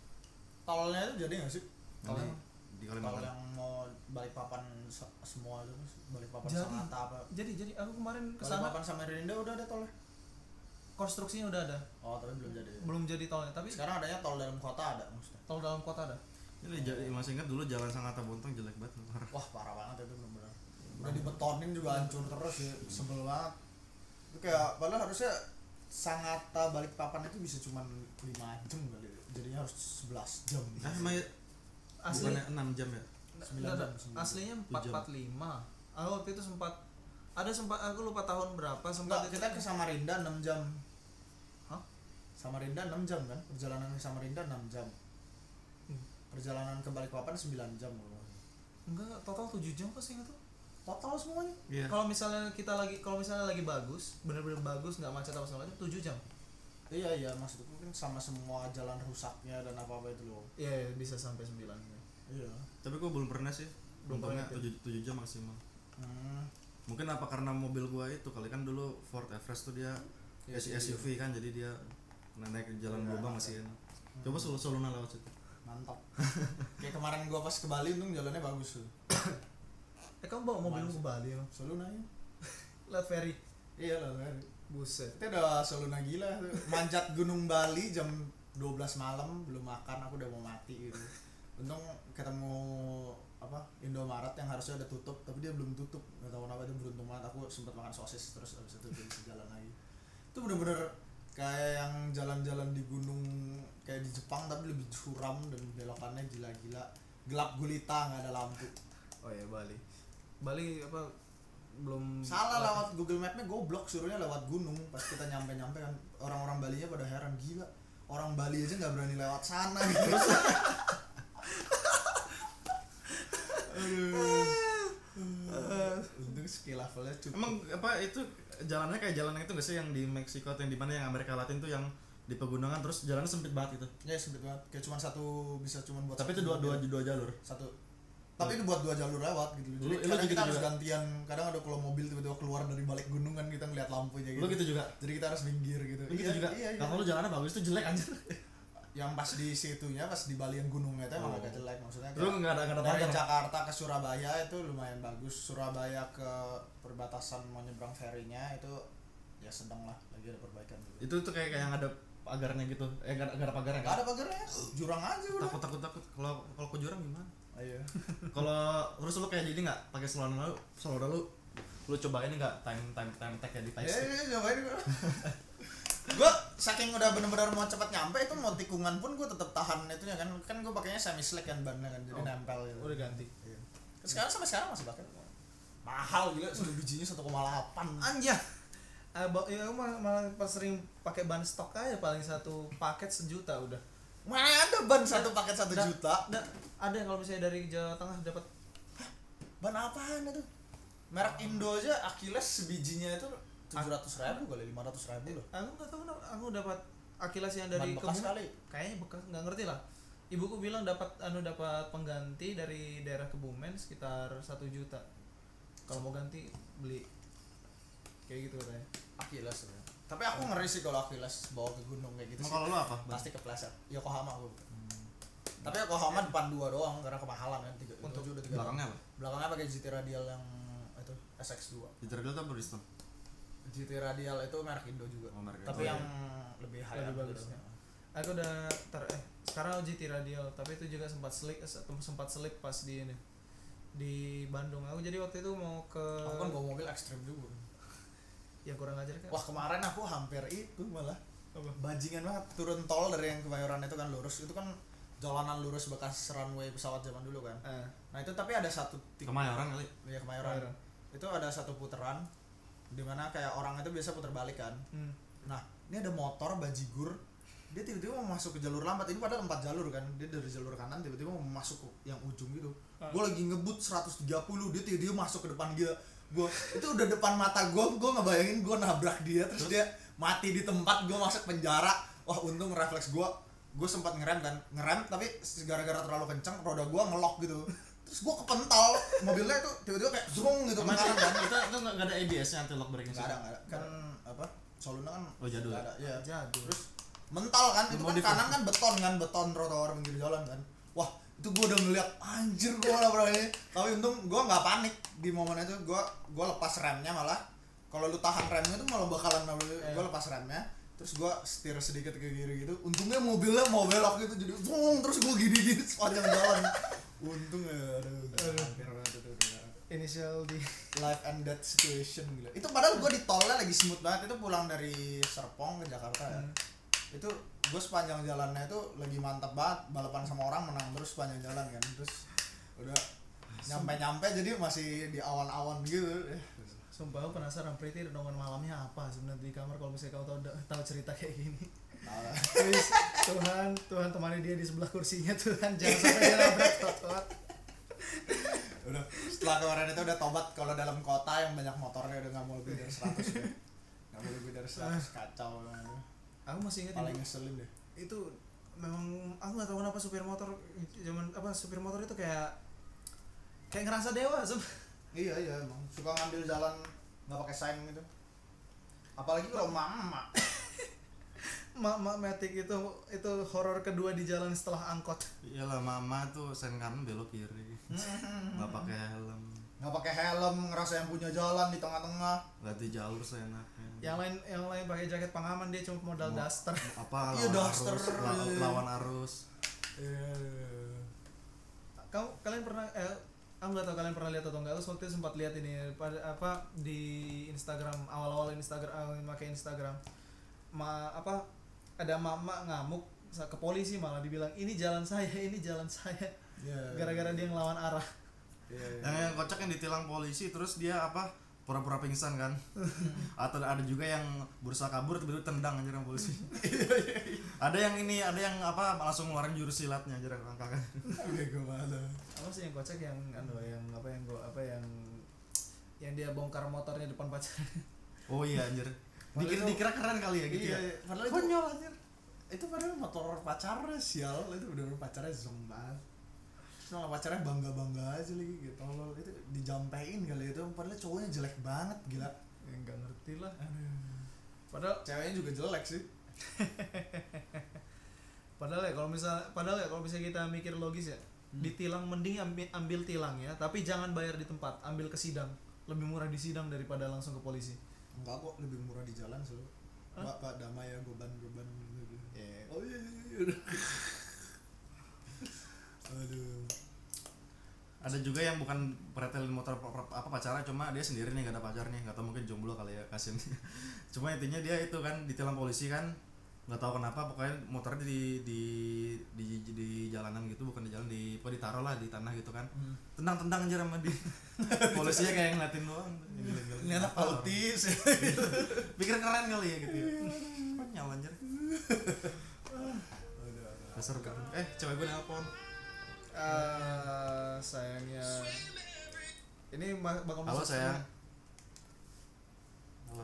Tolnya itu jadi nggak sih? Tolnya di Kalimantan. Tol yang mau Balikpapan semua itu, Balikpapan Sangatta apa? Jadi aku kemarin kesana. Balikpapan Samarinda udah ada tolnya. Konstruksinya udah ada. Tapi belum jadi tolnya, tapi sekarang adanya tol dalam kota ada maksudnya. Tol dalam kota ada. Jadi masih ingat dulu jalan Sangatta Bontong jelek banget. Wah, parah banget itu benar-benar. Udah dibetonin juga hancur terus ya, sebel banget. Itu kayak padahal harusnya Sangatta Balikpapan itu bisa cuman 5 jam kali. Jadinya harus 11 jam. Bukannya 6 jam ya? 9 jam. Aslinya 445. Waktu itu sempat aku lupa tahun berapa kita ke Samarinda 6 jam. Hah? Samarinda 6 jam kan? Perjalanan ke Samarinda 6 jam. Perjalanan ke Balikpapan 9 jam loh. Enggak, total 7 jam pas ingat tuh. Total semuanya. Yeah. Kalau misalnya lagi bagus, bener-bener bagus, nggak macet apa segala macam, 7 jam. Iya, maksudku kan sama semua jalan rusaknya dan apa-apa itu loh. Iya, bisa sampai 9. Iya. Tapi gua belum pernah sih. Untungnya 7 jam maksimal. Mungkin apa karena mobil gua itu kali kan dulu Ford Everest tuh dia SUV kan, jadi dia naik jalan lubang masih enak. Coba Soluna lewat situ. Mantap. Kayak kemarin gua pas ke Bali untung jalannya bagus tuh. Kamu bawa mobil ke Bali ya? Soluna ya. Lewat ferry. Iya lah, ferry. Buset. Kita udah Soluna gila tuh. Manjat Gunung Bali jam 12 malam belum makan, aku udah mau mati gitu. Untung ketemu Indomaret yang harusnya udah tutup tapi dia belum tutup. Enggak tahu kenapa, itu beruntung banget. Aku sempat makan sosis terus habis itu bisa jalan lagi. Itu bener-bener kayak yang jalan-jalan di gunung kayak di Jepang tapi lebih curam dan belokannya gila-gila. Gelap gulita, enggak ada lampu. Oh ya, Bali belum salah lewat Google Mapnya goblok, suruhnya lewat gunung. Pas kita nyampe kan orang-orang Balinya pada heran, gila orang Bali aja nggak berani lewat sana gitu. Untung skill levelnya cukup. Emang itu jalannya kayak jalan itu nggak sih yang di Meksiko atau yang di mana yang Amerika Latin tuh yang di pegunungan terus jalannya sempit banget gitu? Ya sempit banget, kayak bisa cuma buat. Tapi itu dua jalur. Satu. tapi itu buat 2 jalur lewat gitu. Jadi Lu kadang gitu kita harus juga? gantian. Kadang ada kalau mobil tiba-tiba keluar dari balik gunung kan kita ngeliat lampunya gitu. Lu gitu juga? Jadi kita harus minggir gitu. Lu gitu juga? Iya. Kalau lu jalannya bagus tuh jelek anjir. Yang pas di situnya, pas di balian gunungnya itu emang Oh. agak jelek maksudnya. Lu kayak enggak ada dari pagar. Jakarta ke Surabaya itu lumayan bagus. Surabaya ke perbatasan mau nyebrang ferinya itu ya sedang lah, lagi ada perbaikan gitu. Itu tuh kayak yang ada pagarnya gitu. Enggak ada pagarnya Gak kan? ada pagarnya, jurang aja udah. Takut. Kalau ke jurang gimana? Iya. Kalau terus lu kayak jadi nggak pakai selera lu coba ini nggak time tag ya di Iya, Facebook? cobain gue. Gue saking udah bener-bener mau cepet nyampe itu mau tikungan pun gue tetap tahan itunya kan gue pakainya semi slack kan bannya kan jadi nempel gitu. Udah ganti. Iya. Sampai sekarang masih pakai. Mahal juga sudah bijinya 1,8. Anja. Ya aku malah pas sering pakai ban stok aja paling satu paket 1 juta udah. Mana ada ban satu paket 1 juta? Ada yang kalau misalnya dari Jawa Tengah dapat Ban apaan itu? Merek Indo aja Achilles sebijinya itu 700.000 kali 500.000 loh. aku nggak tahu aku dapat Achilles yang dari Ban bekas Kebumen. kali. Kayaknya bekas nggak ngerti lah. Ibuku bilang dapat pengganti dari daerah Kebumen sekitar 1 juta. Kalau mau ganti beli kayak gitu katanya. Achilles ya. Tapi aku ngeri sih kalau Achilles bawa ke gunung kayak gitu sih. Kalau lu apa? Pasti kepleset. Yokohama aku. Tapi Yokohama depan 2 doang karena kemahalan kan 3. Untuk udah 3. Belakangnya apa? Belakangnya pakai GT Radial yang itu SX2. Ditergel tuh Bridgestone. GT Radial itu merek Indo juga. Oh, merek Tapi Indo. yang lebih high Lebih bagus ya. Aku udah sekarang GT Radial tapi itu juga sempat slip pas di ini di Bandung. Aku jadi waktu itu mau ke Aku kan bawa mobil ekstrim juga. yang kurang ajar kan. Wah, kemarin aku hampir itu malah Apa? bajingan banget turun tol dari yang Kemayoran itu kan lurus. Itu kan jalanan lurus bekas runway pesawat zaman dulu kan. Nah, itu tapi ada satu Kemayoran kali. ya Kemayoran. Itu ada satu putaran dimana kayak orang itu biasa putar balik kan. Nah, ini ada motor bajigur, dia tiba-tiba mau masuk ke jalur lambat. Ini padahal 4 jalur kan, dia dari jalur kanan tiba-tiba mau masuk ke yang ujung gitu. Gue lagi ngebut 130, dia tiba-tiba masuk ke depan dia. Gue itu udah depan mata gue ngebayangin gue nabrak dia terus dia mati di tempat, gue masuk penjara. Wah, untung refleks gue sempat ngerem tapi gara-gara terlalu kencang roda gue ngelok gitu. Terus gue kepental, mobilnya itu tiba-tiba kayak zrung gitu ke kanan kan. Itu nggak ada ABS-nya anti lock braking. Nggak ada kan apa Soluna kan jadul. nggak ada ya. Jadul. Terus mental kan itu kan Modif. kanan kan beton trotoar pinggir jalan kan. Wah, itu gue udah ngeliat anjir gue malah berani. Tapi untung gue nggak panik di momen itu. Gue lepas remnya malah. Kalau lu tahan remnya itu malah bakalan gue lepas remnya. Terus gue setir sedikit ke kiri gitu. Untungnya mobilnya mau belok gitu jadi terus gue gini sepanjang jalan. Untung ya hampir banget itu. Inisial di Life and death situation gila. Itu padahal gue di tolnya lagi smooth banget. Itu pulang dari Serpong ke Jakarta ya. Itu gue sepanjang jalannya itu lagi mantap banget, balapan sama orang menang terus sepanjang jalan kan. Terus udah nyampe jadi masih di awan-awan gitu. Sumpah aku penasaran Priti renungan malamnya apa sebenarnya di kamar kalau misalnya kau tahu cerita kayak gini. Nah, Please, Tuhan temani dia di sebelah kursinya Tuhan, jangan sampai dia nabrak trotoar. udah setelah kemarin itu udah tobat kalau dalam kota yang banyak motornya udah nggak mau lebih dari 100 ya. Nggak mau lebih dari 100 kacau. Aku masih ingat Paling ngeselin deh. itu memang aku nggak tahu kenapa supir motor itu kayak ngerasa dewa Iya emang suka ngambil jalan nggak pakai sign gitu. Apalagi kalau mama. Mak Matic itu horor kedua di jalan setelah angkot. Iyalah mama tuh sen kanan belok kiri. Nggak pakai helm. Nggak pakai helm, ngerasa yang punya jalan di tengah-tengah. Ganti jalur seenaknya. Yang lain pakai jaket pengaman, dia cuma modal daster. Apa Iya, lawan daster. arus, lawan arus. Kalian pernah aku nggak tahu kalian pernah lihat atau enggak. Aku waktu itu sempat lihat ini pada apa di Instagram awal-awal pakai Instagram. Ada mama ngamuk ke polisi malah dibilang ini jalan saya. Gara-gara dia ngelawan arah. Yang kocak yang ditilang polisi terus dia pura-pura pingsan kan. Atau ada juga yang berusaha kabur tiba-tiba tendang anjir sama polisi. ada yang langsung ngeluarin jurus silatnya anjir angkat. Bego banget. Apa sih yang kocak yang yang dia bongkar motornya depan pacar. Oh iya anjir. Dikira keren kali ya gitu ya. Padahal itu Konyol anjir. Itu padahal motor pacarnya sial, itu udah pacarnya zong banget. Nah, pacarnya bangga aja lagi gitu. Tolol itu dijampein kali itu, padahal cowoknya jelek banget gila. Ya nggak ngerti lah. Aduh. Padahal Ceweknya juga jelek sih. padahal ya kalau misalnya kita mikir logis ya, ditilang mending ambil tilang ya, tapi jangan bayar di tempat, ambil ke sidang. Lebih murah di sidang daripada langsung ke polisi. Enggak kok, lebih murah di jalan selalu. Hah? Pak damai ya, goban gitu. Yeah. Oh iya. Aduh. Ada juga yang bukan pretelin motor apa pacarnya, cuma dia sendiri nih, gak ada pacarnya, nggak tahu mungkin jomblo kali ya Kasim. Cuma intinya dia itu kan ditilang polisi kan, nggak tahu kenapa, pokoknya motornya di jalanan gitu, bukan di jalan, pokoknya ditaruh lah di tanah gitu kan. Tendang anjir sama dia. Polisinya kayak ngeliatin doang. Ini anak autis. Pikir keren kali ya gitu. Konyol anjir. Dasar kan. Cewek gue nelpon. Sayangnya ini bakal Halo masuk sayang. semua. Halo.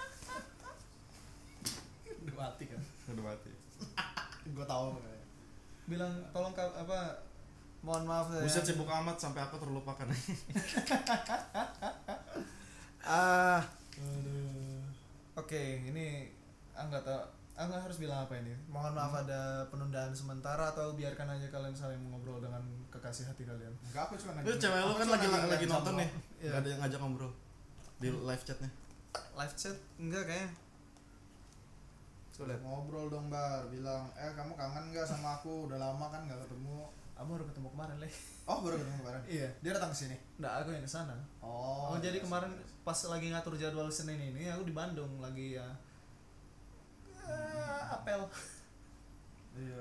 Udah mati kan. Udah mati. Gue tahu kayak. Bilang tolong mohon maaf saya. Buset sibuk amat sampai aku terlupakan. Oke, ini nggak tahu. Nggak harus bilang apa ini. Mohon maaf ada penundaan sementara atau biarkan aja kalian saling mengobrol dengan kekasih hati kalian. Enggak, aku cuma Itu cewek lu kan lagi nonton nih. Iya. Enggak ada yang ngajak ngobrol di live chatnya. Live chat enggak kayaknya. Sulit. Ngobrol dong Bar, bilang kamu kangen nggak sama aku, udah lama kan nggak ketemu. Kamu baru ketemu kemarin, Le. Oh baru ketemu kemarin. Iya. Dia datang ke sini. Nggak, aku yang kesana. Oh. Jadi iya, kemarin iya. pas lagi ngatur jadwal Senin ini aku di Bandung lagi ya. Apel. Iya.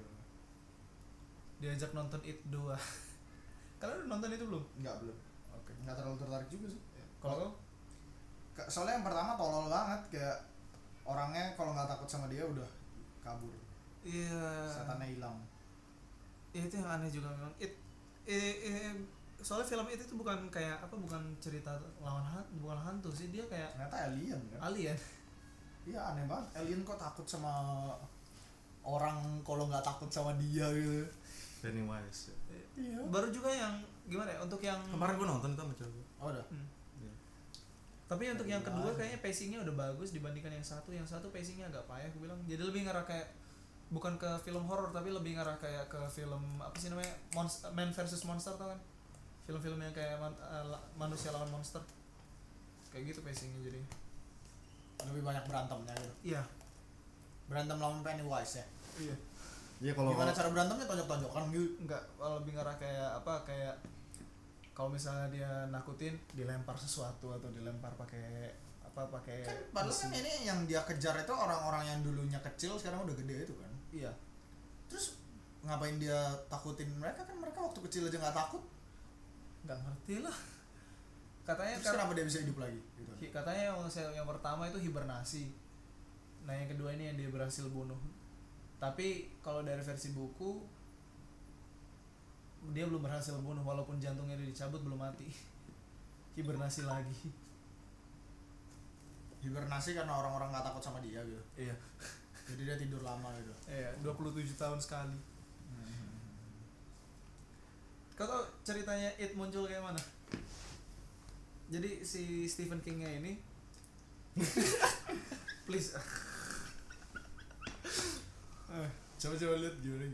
Diajak nonton It 2. Kalian udah nonton itu belum? Enggak belum. Oke. Nggak terlalu tertarik juga sih. Kalau kau? Soalnya yang pertama tolol banget, kayak orangnya kalau nggak takut sama dia udah kabur. Iya. Setannya hilang. Ya itu yang aneh juga memang. Soalnya film itu bukan kayak apa, bukan cerita bukan hantu sih, dia kayak Ternyata alien kan. alien. Iya aneh banget. Alien kok takut sama orang kalau nggak takut sama dia gitu. Pennywise. Iya. Baru juga yang gimana ya, untuk yang Kemarin gue nonton itu sama cewek gue. Oh udah. tapi untuk yang kedua Pennywise. kayaknya pacingnya udah bagus dibandingkan yang satu pacingnya agak payah aku bilang. Jadi lebih ngarah kayak bukan ke film horor tapi lebih ngarah kayak ke film apa sih namanya, Man versus Monster, tau kan? Film-film yang kayak manusia lawan monster kayak gitu pacingnya. Jadi Lebih banyak berantemnya gitu. iya. Berantem lawan Pennywise ya. Iya. Iya kalau Gimana cara berantemnya, tonjok-tonjokan gitu. Enggak, lebih ngarah kayak apa, kayak kalau misalnya dia nakutin dilempar sesuatu atau dilempar pakai Kan padahal kan ini yang dia kejar itu orang-orang yang dulunya kecil sekarang udah gede itu kan. iya. Terus ngapain dia takutin mereka, kan mereka waktu kecil aja nggak takut. Nggak ngerti lah. Katanya Terus kenapa dia bisa hidup lagi gitu. katanya yang pertama itu hibernasi. Nah yang kedua ini yang dia berhasil bunuh. Tapi kalau dari versi buku dia belum berhasil bunuh, walaupun jantungnya dia dicabut belum mati. Hibernasi lagi. Hibernasi karena orang-orang nggak takut sama dia gitu. Iya. Jadi dia tidur lama gitu. Iya, 27 tahun sekali. Kau tau ceritanya It muncul kayak mana? Jadi si Stephen King-nya ini please Coba lihat gimana.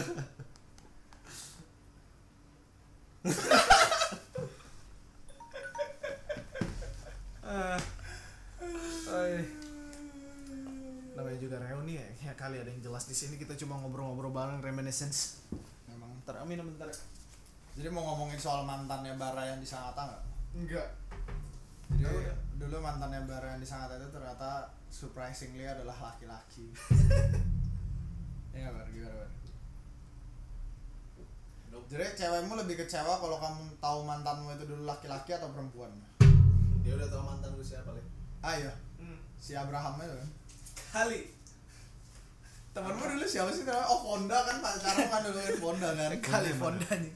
Namanya juga reuni ya kali ada yang jelas di sini, kita cuma ngobrol-ngobrol bareng reminiscence. Memang. Bentar, Amin bentar. Jadi mau ngomongin soal mantannya Bara yang di Sangatta nggak? Enggak. Jadi dulu mantannya Bara yang di Sangatta itu ternyata surprisingly adalah laki-laki. Ya nggak Bar, gimana Bar? Jadi cewekmu lebih kecewa kalau kamu tahu mantanmu itu dulu laki-laki atau perempuan? Dia udah tahu mantan gue siapa, Le? Ah iya, si Abraham itu kan. Kali. Temenmu dulu siapa sih namanya? Oh Fonda kan, pacaran kan dulu kan Fonda kan. Kali Fondanya.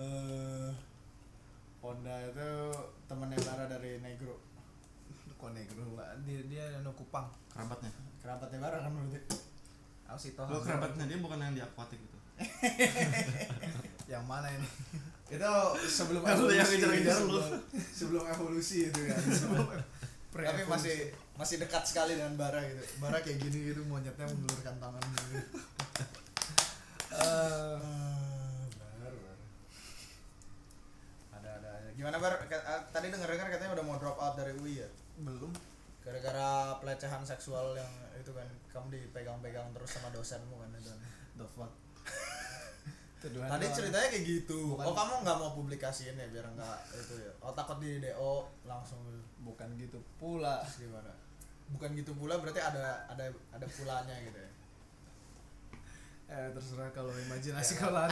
Fonda itu temennya Bara dari Negro. Kok negro lah. Dia yang Kupang. kerabatnya. Kerabatnya Bara kan berarti. Aku sih tahu. Lo kerabatnya dia bukan yang di akuatik gitu. Yang mana ini? Itu sebelum Lu yang ngejar-ngejar lu. sebelum evolusi itu ya. Tapi masih dekat sekali dengan bara gitu. Bara kayak gini gitu, monyetnya mengulurkan tangan gitu. Bar. Ada. Gimana Bar? Tadi dengar katanya udah mau drop out dari UI ya? Belum. Gara-gara pelecehan seksual yang itu kan, kamu dipegang-pegang terus sama dosenmu kan itu. The fuck. Tadi ceritanya kayak gitu. Oh, kamu nggak mau publikasiin ya biar nggak itu ya? Oh, takut di DO langsung. Bukan gitu pula. Terus gimana? Bukan gitu pula, berarti ada pulanya gitu ya. Terserah kalau imajinasi Ya. kau lari.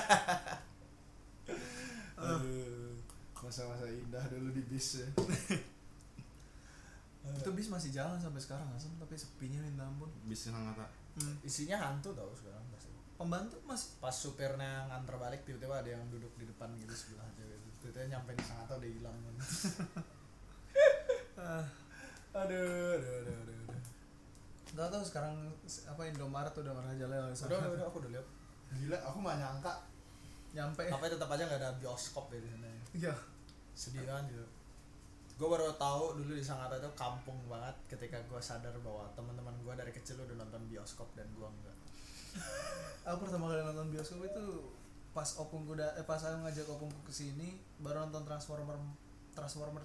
Masa-masa indah dulu di bis ya. Itu bis masih jalan sampai sekarang asem, tapi sepinya minta ampun. Bis Sangatta. Isinya hantu tau sekarang pasti. Pembantu masih. Pas supirnya nganter balik tiba-tiba ada yang duduk di depan gitu sebelah aja gitu. Tiba-tiba nyampe di Sangatta udah hilang kan. Aduh. Nggak tahu sekarang apa Indomaret udah merajalela. Udah aku udah lihat. Gila, aku nggak nyangka. Nyampe. Tapi tetap aja nggak ada bioskop ya di sana. Iya. Sedih aja. Gue baru tahu dulu di Sangatta itu kampung banget ketika gue sadar bahwa teman-teman gue dari kecil udah nonton bioskop dan gue enggak. Aku pertama kali nonton bioskop itu pas opungku pas aku ngajak opungku ke sini baru nonton Transformer 4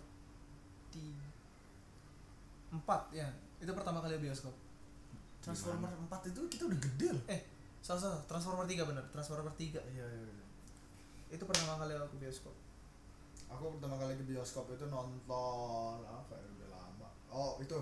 ya. Itu pertama kali bioskop. Transformer 4 itu kita udah gede loh. Salah Transformer 3 bener, Transformer 3. Iya. Itu pertama kali aku bioskop. Aku pertama kali ke bioskop itu nonton apa ya, udah lama. Oh, itu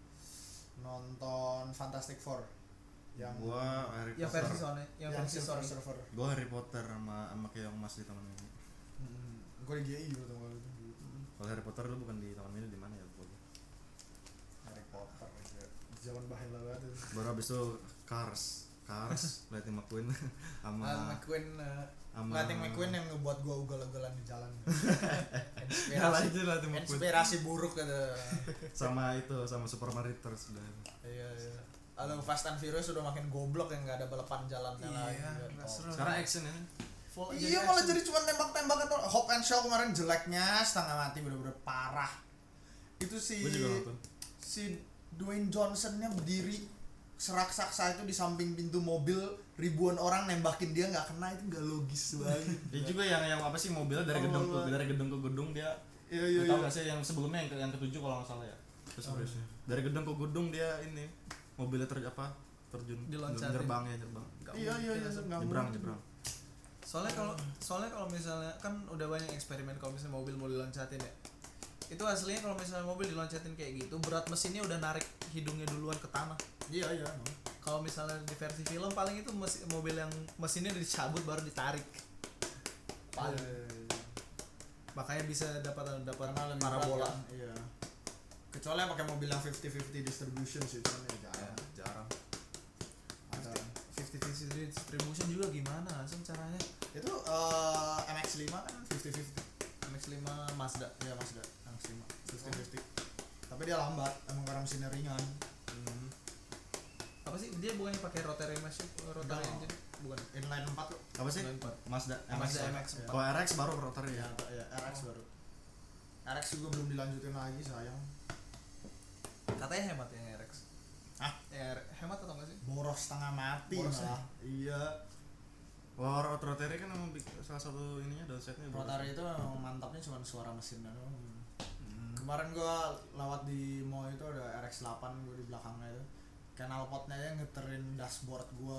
nonton Fantastic Four yang Gua Harry Yang Potter. versi Sony, yang versi Silver Sony. Surfer. Gua Harry Potter sama Keong Mas di Taman Mini. Gue di GI pertama kali itu. Kalau Harry Potter lu bukan di Taman Mini, di mana ya gua? Harry Potter ya. Zaman bahaya banget itu. Baru habis itu Cars, Lightning McQueen sama Lightning McQueen yang ngebuat gua ugal-ugalan di jalan. Nyala aja Lightning McQueen. Inspirasi buruk kata. Sama Super Mariters udah. Iya. Lalu Fast and Furious udah makin goblok yang nggak ada balapan jalannya lagi. Iya, Nggak nggak tahu. seru. Sekarang action ya. Full Iya malah jadi cuma tembak-tembak atau Hope and Shaw kemarin jeleknya setengah mati bener-bener parah. Itu Gua juga nonton. si Dwayne Johnsonnya berdiri serak-saksa itu di samping pintu mobil, ribuan orang nembakin dia nggak kena, itu nggak logis banget. Dia juga yang apa sih mobilnya dari gedung ke gedung dia. Iya. Tahu nggak sih yang sebelumnya yang ketujuh kalau nggak salah ya. Terus berikutnya dari gedung ke gedung dia ini mobilnya terjun Diloncatin. gerbang. Iya, nggak Nyebrang. Soalnya kalau misalnya kan udah banyak eksperimen kalau misalnya mobil mau diloncatin ya. Itu aslinya kalau misalnya mobil diloncatin kayak gitu, berat mesinnya udah narik hidungnya duluan ke tanah. Iya. Kalau misalnya di versi film paling itu mobil yang mesinnya dicabut baru ditarik. Paling. Makanya bisa dapat Karena lebih parabola. berat, kan? Iya. Kecuali yang pakai mobil yang 50-50 distribution sih, kan ya jarang. Ada 50-50 distribution juga gimana asal caranya? itu MX-5 kan 50-50. MX-5 Mazda. Iya Mazda MX-5 50-50. Tapi dia lambat emang karena mesinnya ringan. Apa sih dia bukannya pakai rotary Enggak. engine? Bukan. Inline 4 tuh. Apa sih? Inline 4. Mazda Mazda MX. MX. Iya. Kalau RX baru rotor ya. Ya, RX baru. RX juga belum dilanjutin lagi sayang. Katanya hemat yang RX. Hah? Hemat atau enggak sih? Boros setengah mati Boros malah. Iya. Wah, rotary kan emang salah satu ininya downsetnya. Rotary itu memang mantapnya cuma suara mesinnya doang. Kemarin gua lewat di mall itu ada RX-8 gua di belakangnya itu. Knalpotnya aja ngeterin dashboard gua.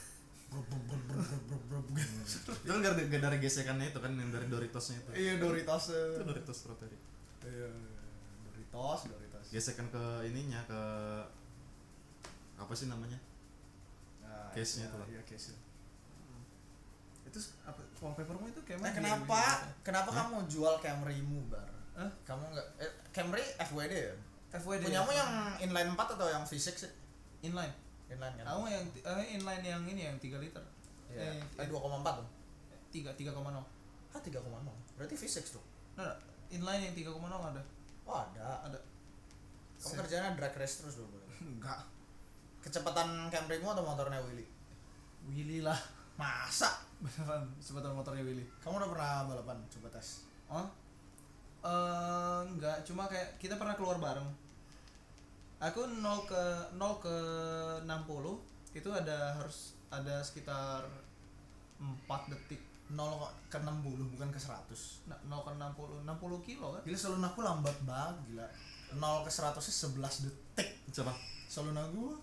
Itu kan dari gesekannya itu kan yang dari Doritosnya itu. Iya Doritos. Itu Doritos rotary. Iya Doritos. Gesekan ke ininya ke apa sih namanya? Nah, Case-nya itu lah. Iya case-nya. Itu apa wallpapermu itu kayak Kenapa kamu jual Camry-mu, Bar? Hah? Kamu enggak Camry FWD ya? FWD. Punyamu yang inline 4 atau yang V6 sih? inline. Inline kan? Aku yang inline yang ini yang 3 liter. Iya. 2,4 tuh. 3,0. Ah 3,0. Berarti V6 tuh. Nah, inline yang 3,0 ada. Oh ada. Ada. Kamu kerjanya drag race terus dulu. Enggak. Kecepatan Camry-mu atau motornya Willy? Willy lah. Masa? Beneran sepeda motornya Willy. Kamu udah pernah balapan coba tes? Oh? Enggak, cuma kayak kita pernah keluar bareng. Aku 0 ke 60 itu harus ada sekitar 4 detik. 0 ke 60 bukan ke 100. 0 ke 60 kilo kan? Gila salon aku lambat banget gila. 0 ke 100 nya 11 detik. Coba. Salon aku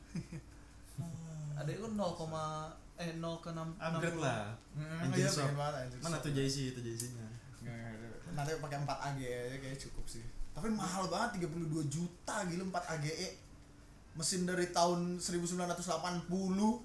Ada itu 0 ke 60. Upgrade lah. Iya, Engine shop. pengen banget, engine Mana shop. tuh JC-nya? Nanti pakai 4 AGE aja kayak cukup sih. Tapi mahal banget 32 juta gila 4 AGE. Mesin dari tahun 1980.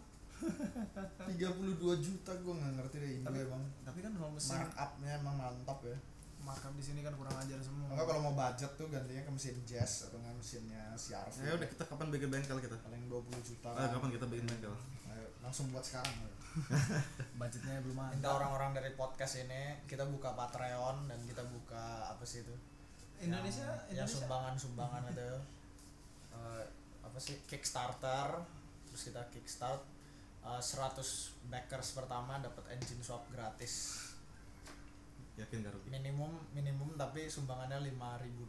32 juta gue nggak ngerti deh Indo emang. Tapi kan kalau mesin Markupnya emang mantap ya. markup di sini kan kurang ajar semua. Enggak kalau mau budget tuh gantinya ke mesin Jazz atau nggak mesinnya CR-V. Ya udah, kita kapan bikin bengkel kita? Paling 20 juta. Kapan kita bikin bengkel? Ayo, langsung buat sekarang. Ayo. Budgetnya belum ada. Minta orang-orang dari podcast ini kita buka Patreon dan kita buka apa sih itu? Indonesia yang sumbangan itu apa sih Kickstarter, terus kita kickstart 100 backers pertama dapat engine swap gratis. Yakin gak rugi? minimum tapi sumbangannya $5,000.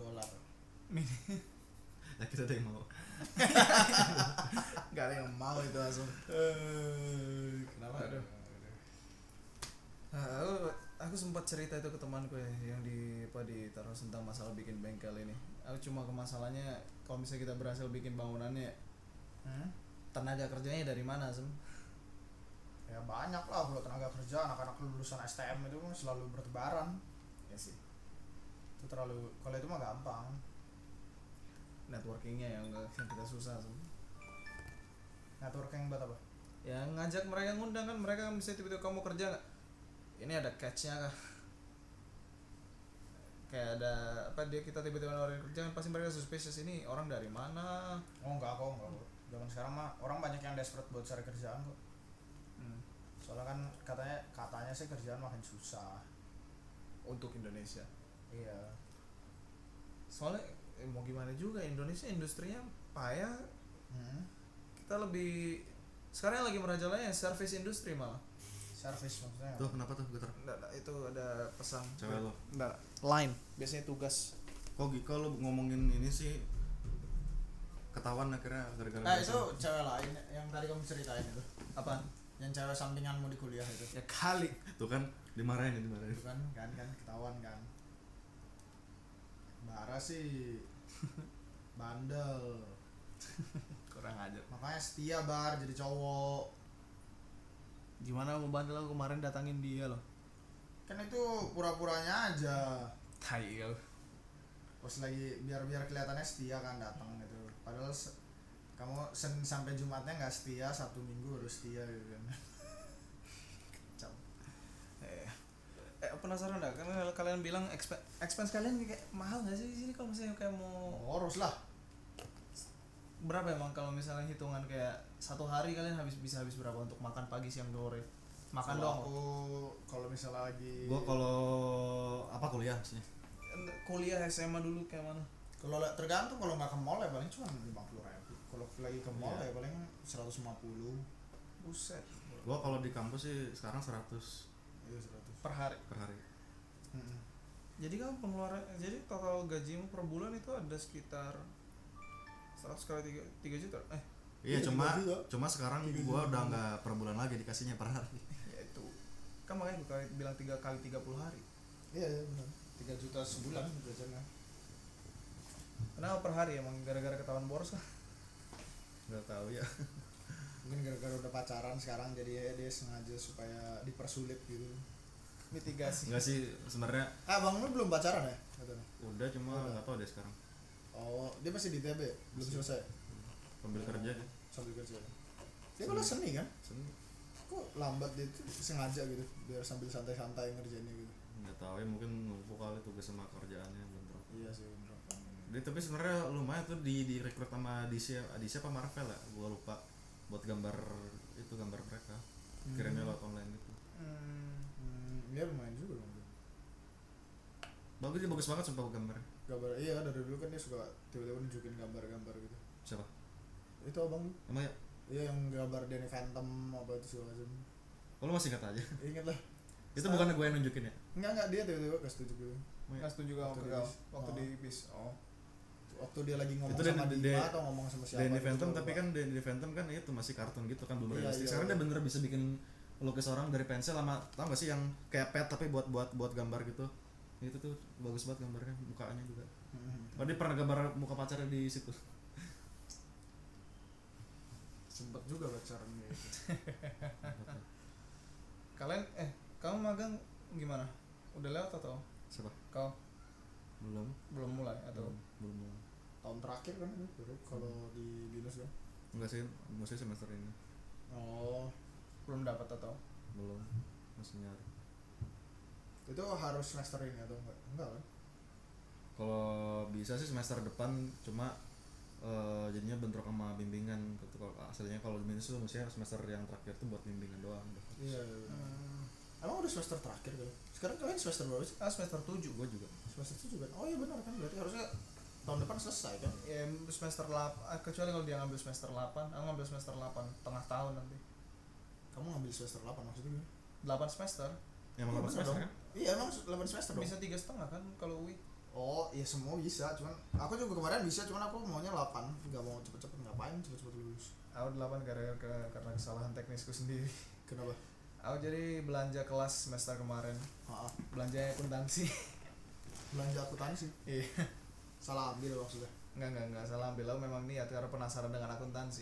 Yakin ada yang mau? Gak ada yang mau itu langsung. Kenapa? Aduh. Aku sempat cerita itu ke temanku ya, yang di Taros tentang masalah bikin bengkel ini. Aku cuma ke masalahnya kalau misalnya kita berhasil bikin bangunannya, tenaga kerjanya dari mana Sem? Ya banyak lah kalau tenaga kerja anak-anak lulusan STM itu kan selalu bertebaran. Ya sih. Itu terlalu kalau itu mah gampang. Networkingnya yang kita susah Sem. Networking buat apa? Ya ngajak mereka, ngundang kan mereka bisa tiba-tiba kamu kerja nggak? Ini ada catch-nya kah? Kayak ada apa dia kita tiba-tiba nawarin kerja kan pasti mereka suspicious, ini orang dari mana? Oh enggak kok. Zaman sekarang mah orang banyak yang desperate buat cari kerjaan kok. Soalnya kan katanya sih kerjaan makin susah Untuk Indonesia. iya. Soalnya mau gimana juga, Indonesia industrinya payah. Kita lebih sekarang yang lagi merajalanya service industri malah. Service maksudnya Tuh kenapa tuh getar? Nggak, itu ada pesan Cewek lo. Nggak, line biasanya tugas. Kok kalau ngomongin ini sih ketahuan akhirnya gara-gara itu cewek lain yang tadi kamu ceritain itu. Apaan? Yang cewek sampinganmu di kuliah itu. Ya kali. tuh kan dimarahin. Itu kan ketahuan kan. Bara sih bandel. Kurang ajar. Makanya setia Bar jadi cowok. Gimana mau bandel, aku kemarin datangin dia loh. Kan itu pura-puranya aja. Tai kau. Pas lagi biar kelihatannya setia kan datang gitu. Padahal kamu Senin sampai Jumatnya nggak setia, Sabtu Minggu baru setia gitu kan. Kacau. Penasaran nggak? Karena kalian bilang expense kalian kayak mahal nggak sih di sini kalau misalnya kayak mau Harus lah. berapa emang kalau misalnya hitungan kayak satu hari kalian bisa habis berapa untuk makan pagi siang sore? Makan Kalau doang. aku kalau misalnya lagi Gua kalau apa kuliah sih? Kuliah SMA dulu kayak mana? kalau tergantung, kalau nggak ke mall ya paling cuma 50.000. Kalau lagi ke mall ya paling 150. Buset. Gua kalau di kampus sih sekarang 100 Iya 100 Per hari. Jadi kan pengeluaran, jadi total gajimu per bulan itu ada sekitar 100 kali 3 juta. Iya, Iya, cuma sekarang gua udah nggak per bulan lagi dikasihnya per hari. Ya itu. Kan makanya gue bilang 3 kali 30 hari. Iya benar. 3 juta sebulan jajannya. Kenapa per hari emang gara-gara ketahuan boros kah? Nggak tahu ya. Mungkin gara-gara udah pacaran sekarang jadi ya dia sengaja supaya dipersulit gitu. Mitigasi. Enggak sih sebenarnya. Bang lu belum pacaran ya? Katanya. Udah, cuma Udah. nggak tahu deh sekarang. Oh, dia masih di TB, belum selesai. Sambil kerja deh. Sambil kerja. Dia kalau seni kan? Seni. Kok lambat dia itu sengaja gitu biar sambil santai-santai ngerjainnya gitu. Nggak tahu ya, mungkin numpuk kali tugas sama kerjaannya bentrok. Iya sih bener. Tapi sebenarnya lumayan tuh di rekrut sama DC apa Marvel ya, gua lupa, buat gambar mereka kirimnya lewat online gitu. Iya lumayan juga dong. Bagus banget sumpah gambarnya. Gambar iya dari dulu kan dia suka tiba-tiba nunjukin gambar-gambar gitu. Siapa? Itu abang Emang ya? iya yang gambar Danny Phantom apa itu segala macam. Lu masih ingat aja. Ingat lah. Itu bukan gue yang nunjukin ya. Enggak dia tiba-tiba gak setuju gue. Nggak setuju sama Waktu kau di- waktu oh. di bis. Oh. Waktu dia lagi ngomong Itu sama Dan- Dima Dan- atau ngomong sama siapa. Danny gitu, Phantom gua tapi lupa. kan Danny Phantom kan itu masih kartun gitu kan belum Iya, realistis. iya. Sekarang dia bener bisa bikin lukis orang dari pensil sama tau gak sih yang kayak pet tapi buat gambar gitu. Itu tuh bagus banget gambarnya, mukanya juga. Oh, dia pernah gambar muka pacarnya di situ. Sempet juga pacaran gitu. Kalian kamu magang gimana? Udah lewat atau Siapa? kau Belum mulai atau belum. Tahun terakhir kan ini baru kalau di Binus kan. Enggak sih, maksudnya semester ini. Oh, belum dapat atau? Belum. Masih nyari. itu harus semester ini atau enggak? Enggak kan? Kalau bisa sih semester depan, cuma jadinya bentrok sama bimbingan gitu. Kalau aslinya kalau minus tuh mestinya semester yang terakhir tuh buat bimbingan doang. Iya. Emang udah semester terakhir kan? Sekarang kalian semester berapa sih? Semester 7. Gue juga. Semester 7 kan? Oh iya benar kan, berarti harusnya tahun depan selesai kan? Ya semester 8 kecuali kalau dia ngambil semester 8, aku ngambil semester 8 tengah tahun nanti. Kamu ngambil semester 8 maksudnya gimana? 8 semester. Yang Iya, mau bener semester dong. kan? Iya emang 8 semester dong. Bisa 3,5 kan kalau UI. Oh iya semua bisa, cuman aku juga kemarin bisa, cuman aku maunya 8. Nggak mau cepet-cepet, ngapain cepet-cepet lulus. Aku 8 karena kesalahan teknisku sendiri. Kenapa? Aku jadi belanja kelas semester kemarin. Belanjanya akuntansi. Belanja akuntansi. Iya. Salah ambil maksudnya. Enggak salah ambil. Aku memang niat karena penasaran dengan akuntansi.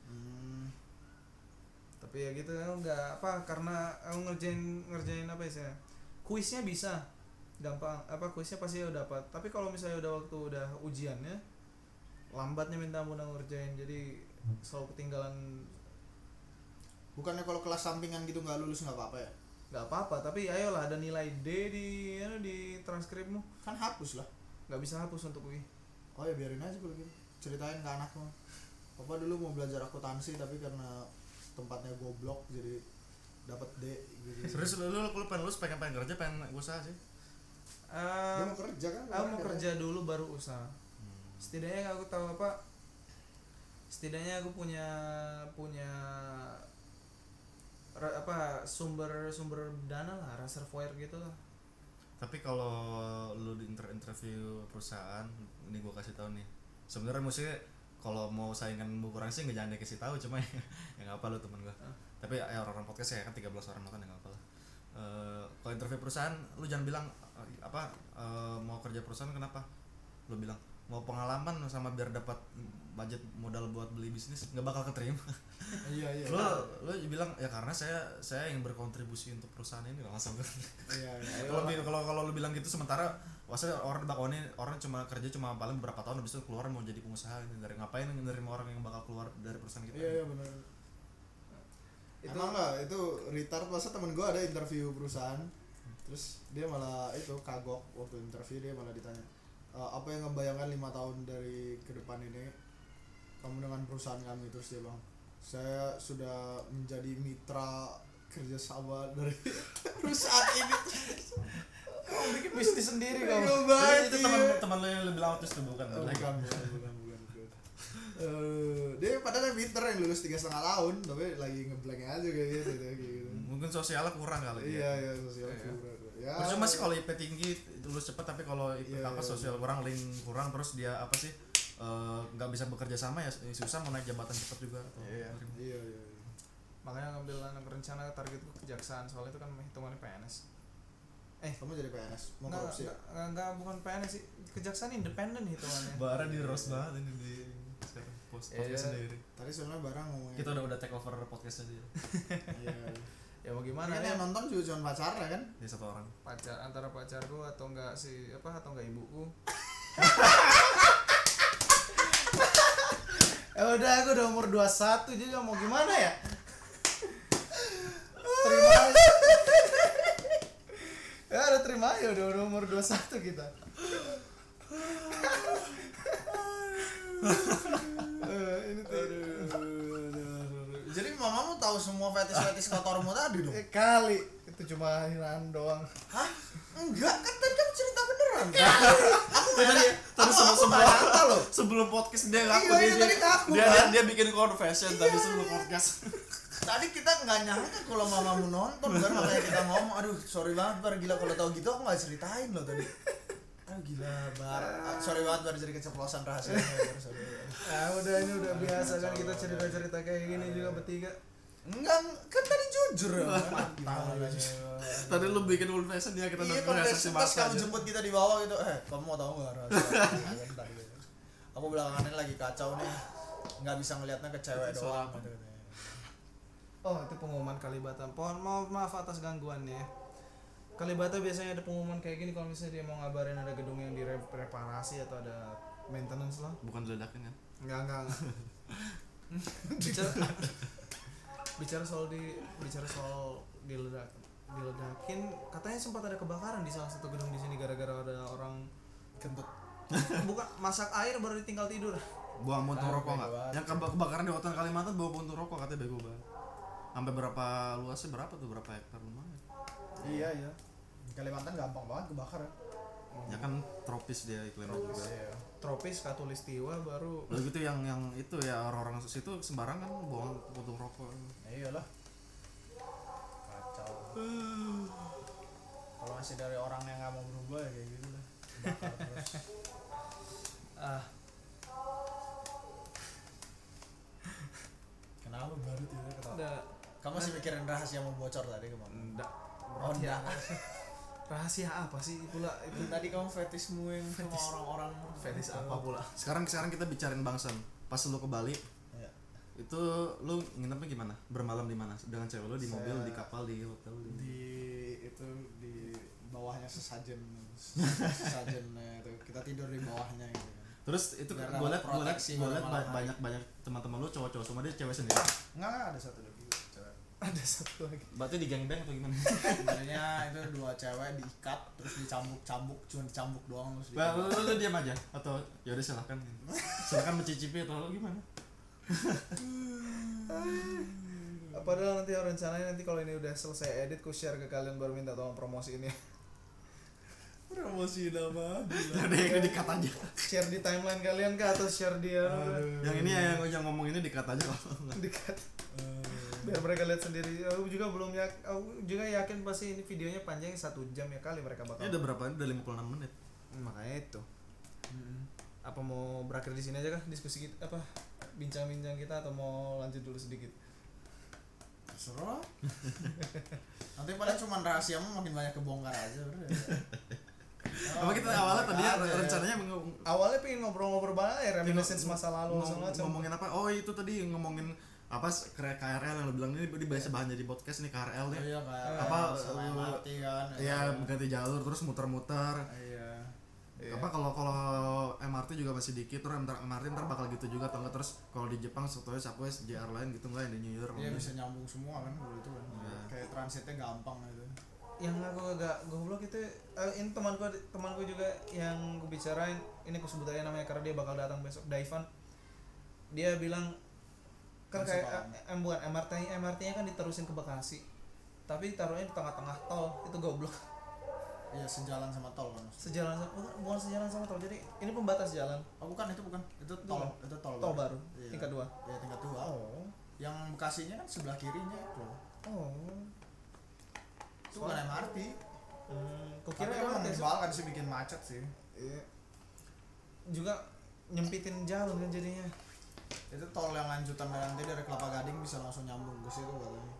Tapi ya gitu aku enggak karena aku ngerjain apa ya? Kuisnya bisa. Gampang. Kuisnya pasti udah dapat. Tapi kalau misalnya udah waktu udah ujiannya lambatnya minta ampun aku ngerjain. Jadi selalu ketinggalan. Bukannya kalau kelas sampingan gitu nggak lulus nggak apa-apa ya? Nggak apa-apa, tapi ayolah ada nilai D di transkripmu. Kan hapus lah. Nggak bisa hapus untuk UI. Oh ya biarin aja kalau gitu. Ceritain ke anakmu. Papa dulu mau belajar akuntansi tapi karena tempatnya goblok jadi dapat D gitu. Serius lu pengen lulus pengen kerja pengen usaha sih? Dia mau kerja kan? Aku mau kerja dulu baru usaha. Setidaknya aku tahu setidaknya aku punya sumber dana lah, reservoir gitu lah. Tapi kalau lu di interview perusahaan, ini gua kasih tahu nih. Sebenarnya maksudnya kalau mau saingan kurang sih nggak jangan dikasih tahu, cuma ya nggak apa lu temen gua. Tapi ya orang-orang podcast ya kan 13 orang nonton ya nggak apa lah. Kalau interview perusahaan lu jangan bilang mau kerja perusahaan kenapa? Lu bilang mau pengalaman sama biar dapat budget modal buat beli bisnis, nggak bakal keterima. Iya. Lu bilang ya karena saya ingin berkontribusi untuk perusahaan ini langsung. Iya. Kalau lu bilang gitu sementara maksudnya orang cuma kerja paling beberapa tahun habis itu keluar mau jadi pengusaha ini dari ngapain nerima orang yang bakal keluar dari perusahaan kita. Iya benar. Emang nggak itu retard, masa temen gue ada interview perusahaan terus dia malah itu kagok waktu interview, dia malah ditanya apa yang ngebayangkan 5 tahun dari ke depan ini kamu dengan perusahaan kami, terus dia bilang saya sudah menjadi mitra kerjasama dari perusahaan ini. Kamu bikin bisnis sendiri kamu. Itu teman lu yang lu bilang autis tuh bukan? Bukan. Dia padahal pinter yang lulus 3,5 tahun tapi lagi ngeblank aja kayak gitu. Mungkin sosialnya kurang kali. Iya sosial kurang. Ya. Percuma sih kalau IP tinggi lulus cepat, tapi kalau IP Iya. sosial kurang, link kurang, terus dia nggak bisa bekerja sama ya susah mau naik jabatan cepat juga. Iya. Makanya ngambil anak rencana targetku kejaksaan, soalnya itu kan hitungannya PNS. Kamu jadi PNS mau Enggak, korupsi? bukan PNS sih. Kejaksaan independen hitungannya. Bara di roast banget ini di sekarang podcast sendiri. Tadi sebenarnya barang ngomongnya. Kita udah take over podcastnya dia. Iya. Ya mau gimana Ini nih? yang nonton juga cuma pacarnya kan? Dia satu orang. Antara pacarku atau enggak atau enggak ibuku. Ya udah, aku udah umur 21 jadi mau gimana ya? Terima aja. Ya udah terima aja, udah umur 21 kita. Ini tuh. Jadi mamamu tahu semua fetis kotormu tadi dong? Kali itu cuma hinaan doang. Hah? Enggak, kan tadi kamu cerita beneran. Tadi loh. sebelum podcast dia ngaku Iya, tadi ngaku, dia kan? dia bikin confession tadi sebelum podcast. Tadi kita nggak nyangka kalau mamamu nonton kan, makanya kita ngomong, aduh sorry banget Bar, gila kalau tahu gitu aku nggak ceritain loh tadi. Aduh gila Bar, sorry banget Bar jadi keceplosan rahasianya Bar, sorry. Udah ini udah biasa kan kita cerita-cerita kayak gini juga bertiga. Enggak, kan tadi jujur ya. Tadi lu bikin full fashion ya, kita Iya, udah pas kamu jemput kita di bawah gitu, kamu mau tahu nggak rahasia? Aku belakangan ini lagi kacau nih, nggak bisa ngelihatnya ke cewek doang. Gitu. Oh itu pengumuman Kalibata. Maaf atas gangguannya. Kalibata biasanya ada pengumuman kayak gini kalau misalnya dia mau ngabarin ada gedung yang direparasi atau ada maintenance lah. Bukan diledakin kan? Enggak. bicara soal diledakin, katanya sempat ada kebakaran di salah satu gedung di sini gara-gara ada orang Kentut. bukan masak air baru ditinggal tidur. Buang puntung rokok bego nggak? banget. Yang kebakaran di Hotel Kalimantan bawa puntung rokok katanya bego banget. Sampai berapa luasnya, berapa tuh, berapa hektar lumayan? Iya. Kalimantan gampang banget kebakar ya. Ya kan tropis dia iklimnya juga. Iya. Tropis Katulistiwa baru. Lalu gitu yang itu ya orang-orang situ sembarangan buang puntung rokok. Iyalah. Kacau. Kalau masih dari orang yang nggak mau berubah ya kayak gitu lah. Bakar terus. Kenapa baru tidak ketawa? Udah. Kamu masih mikirin rahasia mau bocor tadi kemana? Enggak. Oh enggak. Rahasia apa sih pula itu? Tadi kamu fetismu yang sama orang-orang. Fetis apa pula? Sekarang kita bicarain Bangsan. Pas lu ke Bali, Iya. itu lu nginepnya gimana? Bermalam di mana? Dengan cewek lu di mobil, di kapal, di hotel, Di bawahnya sesajen itu kita tidur di bawahnya gitu kan. Terus itu Biar gue liat proteksi malam hari. banyak teman-teman lu cowok-cowok semua, dia cewek sendiri. Enggak ada satu lagi cewek. Ada satu lagi. Berarti di gangbang atau gimana? Sebenarnya itu dua cewek diikat terus dicambuk cuma dicambuk doang terus Bah, lu diam aja atau ya udah silakan mencicipi atau gimana? Padahal nanti rencananya nanti kalau ini udah selesai edit ku share ke kalian baru minta tolong promosi ini. promosi nama Ada yang dikat aja. Share di timeline kalian kah atau share di Yang ini ya yang ngomong ini dikat aja kalau. di cut. Biar mereka lihat sendiri. Aku juga yakin pasti ini videonya panjangnya 1 jam ya kali mereka bakal. Ini udah berapa? Ini udah 56 menit. Makanya itu. Apa mau berakhir di sini aja kah diskusi kita apa bincang-bincang kita atau mau lanjut dulu sedikit? terserah. Nanti paling cuma rahasiamu makin banyak kebongkar aja udah. Apa kita awalnya tadi rencananya Awalnya pengen ngobrol-ngobrol banget ya reminiscence masa lalu ngomongin apa? Oh itu tadi ngomongin apa KRL yang lo bilang ini biasa bahan jadi podcast nih KRL nih. Iya kayak apa MRT kan. Iya ganti jalur terus muter-muter. Iya. Apa kalau MRT juga masih dikit terus MRT ntar bakal gitu juga atau enggak, terus kalau di Jepang sebetulnya Subway JR lain gitu enggak yang di New York. Iya bisa nyambung semua kan kalau itu kan. Kayak transitnya gampang gitu. Yang aku agak goblok itu ini temanku juga yang gue bicarain, ini aku sebut aja namanya karena dia bakal datang besok, Daivan. Dia bilang kan kayak bukan MRT-nya kan diterusin ke Bekasi, tapi taruhnya di tengah-tengah tol, itu goblok. Iya sejalan sama tol kan. Bukan sejalan sama tol, jadi ini pembatas jalan. Oh bukan itu tol, itu tol baru. Iya. Tingkat 2. Iya tingkat 2. Oh. Yang Bekasinya kan sebelah kirinya itu. Oh. Itu bukan MRT. Kukira Tapi emang MRT menyebalkan sih, bikin macet sih. Iya. Juga nyempitin jalan kan jadinya. Itu tol yang lanjutan nanti dari Kelapa Gading bisa langsung nyambung ke situ katanya.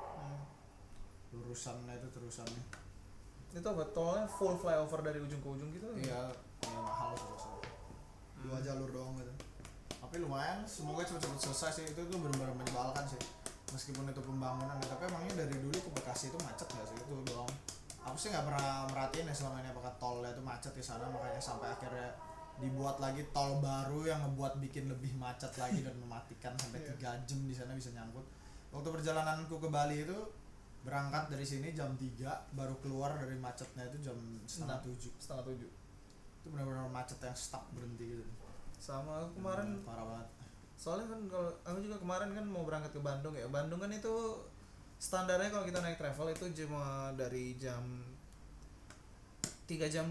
Lurusannya itu terusannya. Itu apa? Tolnya full flyover dari ujung ke ujung gitu? Iya, mahal sih. 2 jalur doang gitu. Tapi lumayan, semoga cepet-cepet selesai sih. Itu tuh benar-benar menyebalkan sih. Meskipun itu pembangunan, tapi emangnya dari dulu ke Bekasi itu macet nggak sih, itu doang. Aku sih nggak pernah merhatiin ya selama ini apakah tolnya itu macet di sana, makanya sampai akhirnya dibuat lagi tol baru yang ngebuat bikin lebih macet lagi dan mematikan sampai 3 jam di sana bisa nyangkut. Waktu perjalananku ke Bali itu berangkat dari sini jam 3 baru keluar dari macetnya itu jam setengah 7. Itu benar-benar macet yang stuck berhenti gitu. Sama aku kemarin parah banget. Soalnya kan kalau aku juga kemarin kan mau berangkat ke Bandung ya. Bandung kan itu standarnya kalau kita naik travel itu cuma dari jam 2 jam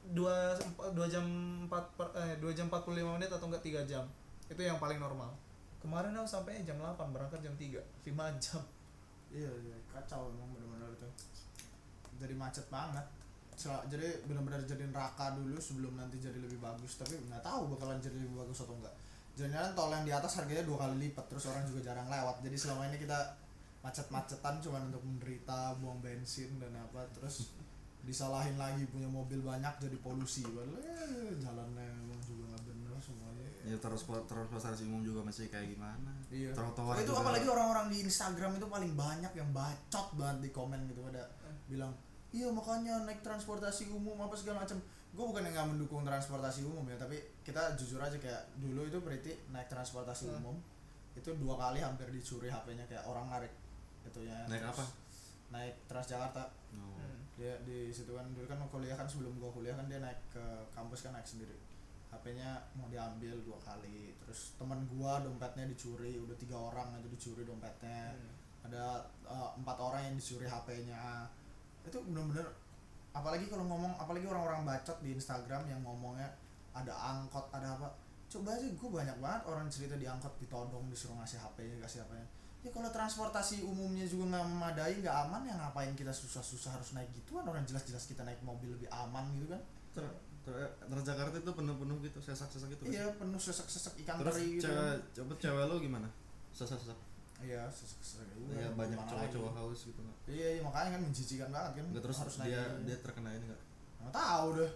45 menit atau enggak 3 jam. Itu yang paling normal. Kemarin aku sampai jam 8 berangkat jam 3 5 jam. Iya kacau emang benar-benar itu. Jadi macet banget. Jadi benar-benar jadi neraka dulu sebelum nanti jadi lebih bagus, tapi nggak tahu bakalan jadi lebih bagus atau enggak. Jangan-jangan tol yang di atas harganya 2 kali lipat, terus orang juga jarang lewat. Jadi selama ini kita macet-macetan cuma untuk menderita, buang bensin dan apa, terus disalahin lagi punya mobil banyak jadi polusi. Padahal jalannya emang juga nggak bener semuanya. Ya transportasi umum juga masih kayak gimana. Iya. Trotoar Itu juga. apalagi orang-orang di Instagram itu paling banyak yang bacot banget di komen gitu, pada bilang iya makanya naik transportasi umum apa segala macam. Gue bukan yang nggak mendukung transportasi umum ya, tapi kita jujur aja kayak dulu itu berarti naik transportasi umum itu 2 kali hampir dicuri HP-nya, kayak orang narik itunya. Naik apa? Naik Transjakarta. Oh. Dia di situ kan dulu kan kuliah kan, sebelum gua kuliah kan dia naik ke kampus kan naik sendiri. HP-nya mau diambil 2 kali. Terus teman gua dompetnya dicuri, udah 3 orang itu dicuri dompetnya. Ada 4 orang yang dicuri HP-nya. Itu bener-bener, apalagi kalau ngomong, apalagi orang-orang bacot di Instagram yang ngomongnya ada angkot ada apa. Coba aja gue banyak banget orang cerita di angkot ditodong, disuruh ngasih HP-nya, kasih HP-nya. Ya kalau transportasi umumnya juga nggak memadai, nggak aman, ya ngapain kita susah-susah harus naik gituan, orang jelas-jelas kita naik mobil lebih aman gitu kan. Transjakarta itu penuh-penuh gitu, sesak-sesak gitu. Iya penuh sesek-sesek ikan Terus teri gitu. cewek lo gimana? Sesak-sesak. Iya sesek-sesek Ya banyak cowok-cowok haus gitu nggak? Iya makanya kan menjijikan banget kan. Nggak, terus harus dia terkena ini nggak? nggak tahu deh.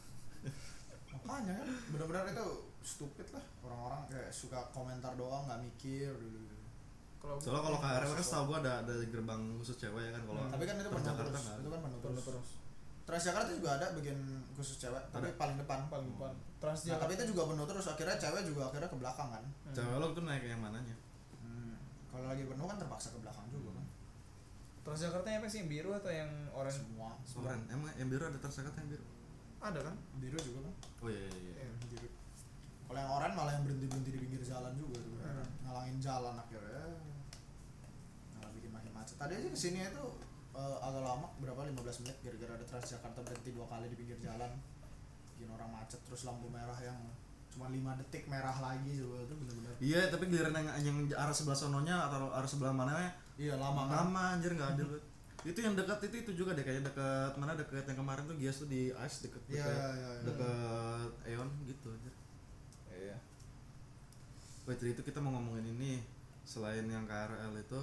Makanya kan benar-benar itu stupid lah, orang-orang kayak suka komentar doang nggak mikir dulu. Soalnya kalau KRL kan setahu gua ada gerbang khusus cewek ya kan, kalau Tapi kan itu penuh Transjakarta terus. nggak ada. Itu kan penuh Terus terus. Transjakarta juga ada bagian khusus cewek, tapi Ada. paling depan. paling depan. Nah, Transjakarta. tapi itu juga penuh terus, akhirnya cewek juga akhirnya ke belakang kan. Cewek lo tuh naik yang mananya? Kalau lagi penuh kan terpaksa ke belakang juga kan. Transjakarta yang apa sih, yang biru atau yang oranye? Semua. Oren. Emang yang biru ada Transjakarta yang biru? Ada kan? Biru juga kan. Oh iya iya. Iya. Biru. Kalau yang oranye malah yang berhenti di pinggir jalan juga tuh. Hmm. Ngalangin jalan akhirnya. Malah bikin makin macet. Tadi aja kesini itu agak lama, berapa 15 menit gara-gara ada Transjakarta berhenti 2 kali di pinggir jalan. Bikin orang macet, terus lampu merah yang cuma 5 detik merah lagi juga, itu bener-bener. Iya, tapi giliran yang arah sebelah sononya atau arah sebelah mananya Iya lama kan. lama anjir nggak adil banget. Itu yang dekat itu juga deh, kayaknya dekat mana, dekat yang kemarin tuh Gias tuh di Ice deket Iya, iya. dekat Eon gitu anjir. Iya. Wait, itu kita mau ngomongin ini selain yang KRL itu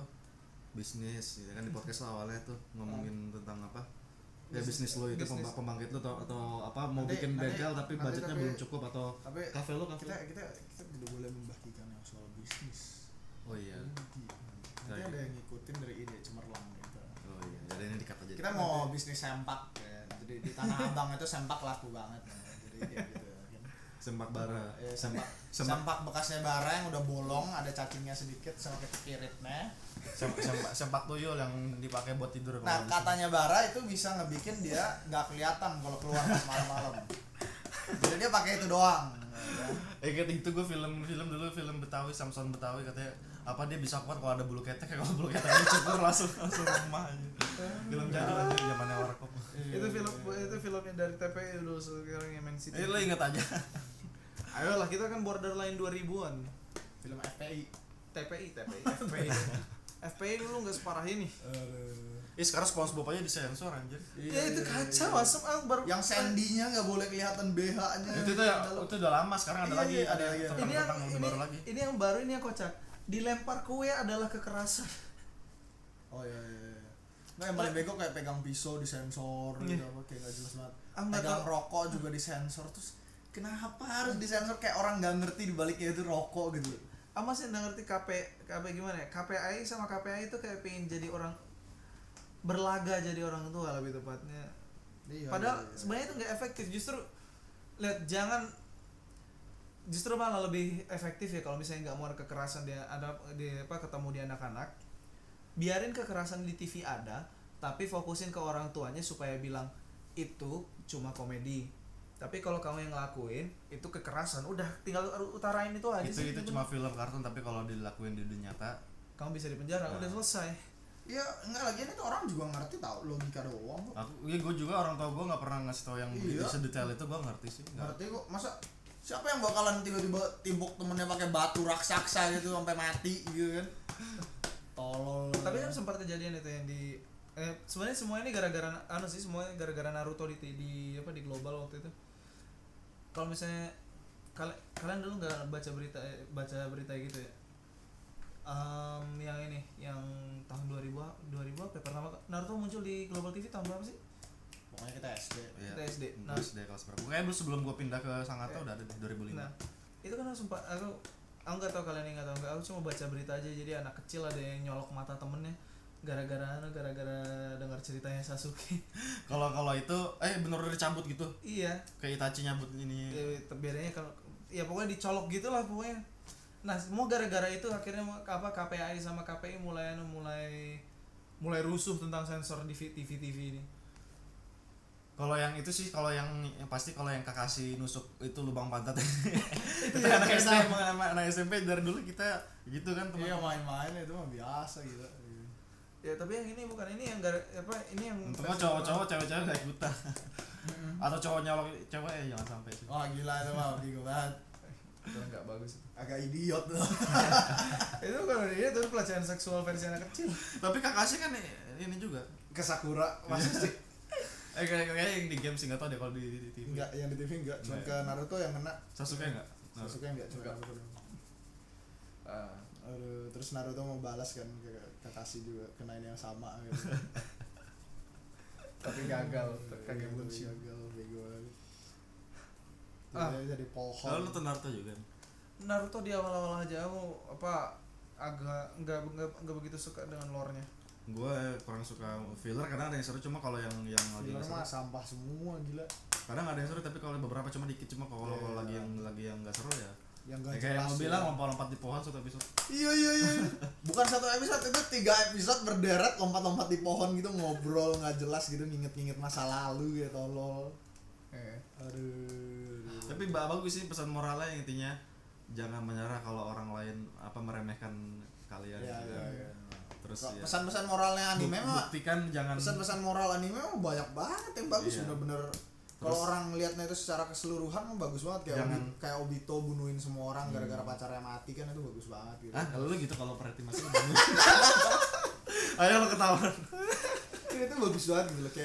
bisnis ya kan, di podcast awalnya tuh ngomongin tentang apa ya, bisnis lo itu Bisnis. pembangkit lo atau apa, mau Nanti- bikin bengkel tapi nanti budgetnya tapi- belum cukup, atau Tapi kafe lo kafe. kita tidak boleh membagikan yang soal bisnis. Oh iya. Nanti Iya. ada yang ngikutin dari ide cemerlang gitu. Oh iya, jadi ini dikat aja. Kita mau bisnis sempak ya. Jadi di Tanah Abang itu sempak laku banget ya. Jadi kayak gitu kan. Sempak bara. Sempak sempak sempak bekasnya bara yang udah bolong, ada cacingnya sedikit sama kepiritnya. sempak tuyul yang dipakai buat tidur. Nah, katanya bara itu bisa ngebikin dia nggak kelihatan kalau keluar pas malam-malam. Jadi dia pakai itu doang. Kayak itu gue film dulu Betawi, Samson Betawi, katanya apa dia bisa kuat kalau ada bulu ketek, kalau bulu ketek dicukur langsung rumah aja. Film jadul aja zamannya Warkop. Itu filmnya dari TPI dulu, sekarang yang main City. Lo inget aja. Ayolah, kita kan borderline 2000-an. Film FPI. TPI. FPI dulu nggak separah ini. Sekarang SpongeBob aja disensor anjir. Ya itu kacau, asem baru. Yang Sandy-nya nggak boleh kelihatan BH-nya. Itu udah lama, sekarang ada lagi, ada ini baru lagi. Ini yang baru, ini yang kocak. Dilempar kue adalah kekerasan. Oh iya. Nah, yang paling bego kayak pegang pisau disensor gitu, apa kayak nggak jelas banget. Pegang rokok juga disensor, terus kenapa harus disensor, kayak orang nggak ngerti dibaliknya itu rokok gitu. Masih nggak ngerti KP gimana ya? KPI sama KPI itu kayak pengen jadi orang berlaga, jadi orang tua lebih tepatnya. Iya, Padahal sebenarnya itu nggak efektif. Justru malah lebih efektif ya kalau misalnya nggak mau ada kekerasan, dia ada ketemu di anak-anak, biarin kekerasan di TV ada, tapi fokusin ke orang tuanya supaya bilang itu cuma komedi. Tapi kalau kamu yang ngelakuin itu kekerasan, udah tinggal utarain itu aja sih. Itu cuma film kartun, tapi kalau dilakuin di dunia nyata Kamu bisa dipenjara, udah selesai. Iya, enggak lagi ini tuh orang juga ngerti tau, logika doang kok. gue juga orang tua gue nggak pernah ngasih tau yang Iya. sedetail itu, gue ngerti sih. Ngerti kok, masa Siapa yang bakalan tiba-tiba timbuk temennya pakai batu raksasa gitu sampai mati gitu kan? Tolol. Tapi kan sempat kejadian itu yang di sebenarnya semua ini gara-gara semuanya gara-gara Naruto di apa di global waktu itu. Kalau misalnya kalian dulu nggak baca berita gitu ya? Yang ini yang tahun 2000 apa ya, pertama Naruto muncul di Global TV tahun berapa sih? Pokoknya kita SD. Iya. Kita SD. Nah, SD kelas berapa? Kayaknya dulu sebelum gua pindah ke Sangatta udah ada deh 2005. Nah, itu kan aku nggak tahu kalian nggak tahu nggak, aku cuma baca berita aja. Jadi anak kecil ada yang nyolok mata temennya gara-gara dengar ceritanya Sasuke. Kalau itu bener udah dicabut gitu. Iya. Kayak Itachi nyabut ini. Ya, bedanya kalau ya pokoknya dicolok gitulah pokoknya. Nah, semua gara-gara itu akhirnya KPAI sama KPI mulai rusuh tentang sensor di TV ini. Kalau yang itu sih, kalau yang pasti kalau yang Kakashi nusuk itu lubang pantat. Itu Kita anak SD, anak SMP dari dulu kita gitu kan teman. Iya main-main itu mah biasa gitu. Ya tapi yang ini bukan ini yang ini yang Untungnya cowok-cowok, cewek-cewek gak ikutan. Atau cowok nyolok cewek jangan sampai sih. Wah gila itu mah bingung banget. itu nggak bagus. Agak idiot tuh. Itu kalau dia tuh pelecehan seksual versi anak kecil. Tapi Kakashi kan ini juga. Ke Sakura masa sih? Kayak yang di game sih nggak tau deh kalau di TV. Enggak, yang di TV enggak, cuma ke Naruto yang kena. Sasuke nggak? Sasuke enggak, cuma Naruto doang. Aduh, terus Naruto mau balas kan ke Kakashi juga, kenain yang sama gitu. Tapi gagal, Kagak Bunshin. gagal, bego banget. Ah. Jadi pohon. Kalau nonton Naruto juga. Naruto di awal-awal aja aku agak nggak begitu suka dengan lore-nya. Gue kurang suka filler, kadang ada yang seru, cuma kalau yang lagi Filler nggak mah seru, sampah semua gila. kadang ada yang seru tapi kalau beberapa cuma dikit, cuma kalau Iya. lagi yang nggak seru ya. Yang Ya, gak kayak yang jelas. mau bilang lompat-lompat di pohon satu episode. Iya. Bukan satu episode, itu 3 episode berderet lompat-lompat di pohon gitu, ngobrol nggak jelas gitu, nginget-nginget masa lalu gitu, tolol. Aduh. Tapi bagus sih pesan moralnya, yang intinya jangan menyerah kalau orang lain meremehkan kalian. Iya, gitu. iya. Terus ya, Pesan-pesan moralnya anime mah, buktikan jangan pesan-pesan moral anime mah banyak banget yang bagus. Iya. Bener-bener kalau orang lihatnya itu secara keseluruhan mah bagus banget, kayak kayak Obito bunuhin semua orang gara-gara pacarnya mati kan, itu bagus banget gitu. kalau lu gitu, kalau perhati masih ayo lo ketahuan. Itu bagus banget gitu loh, kayak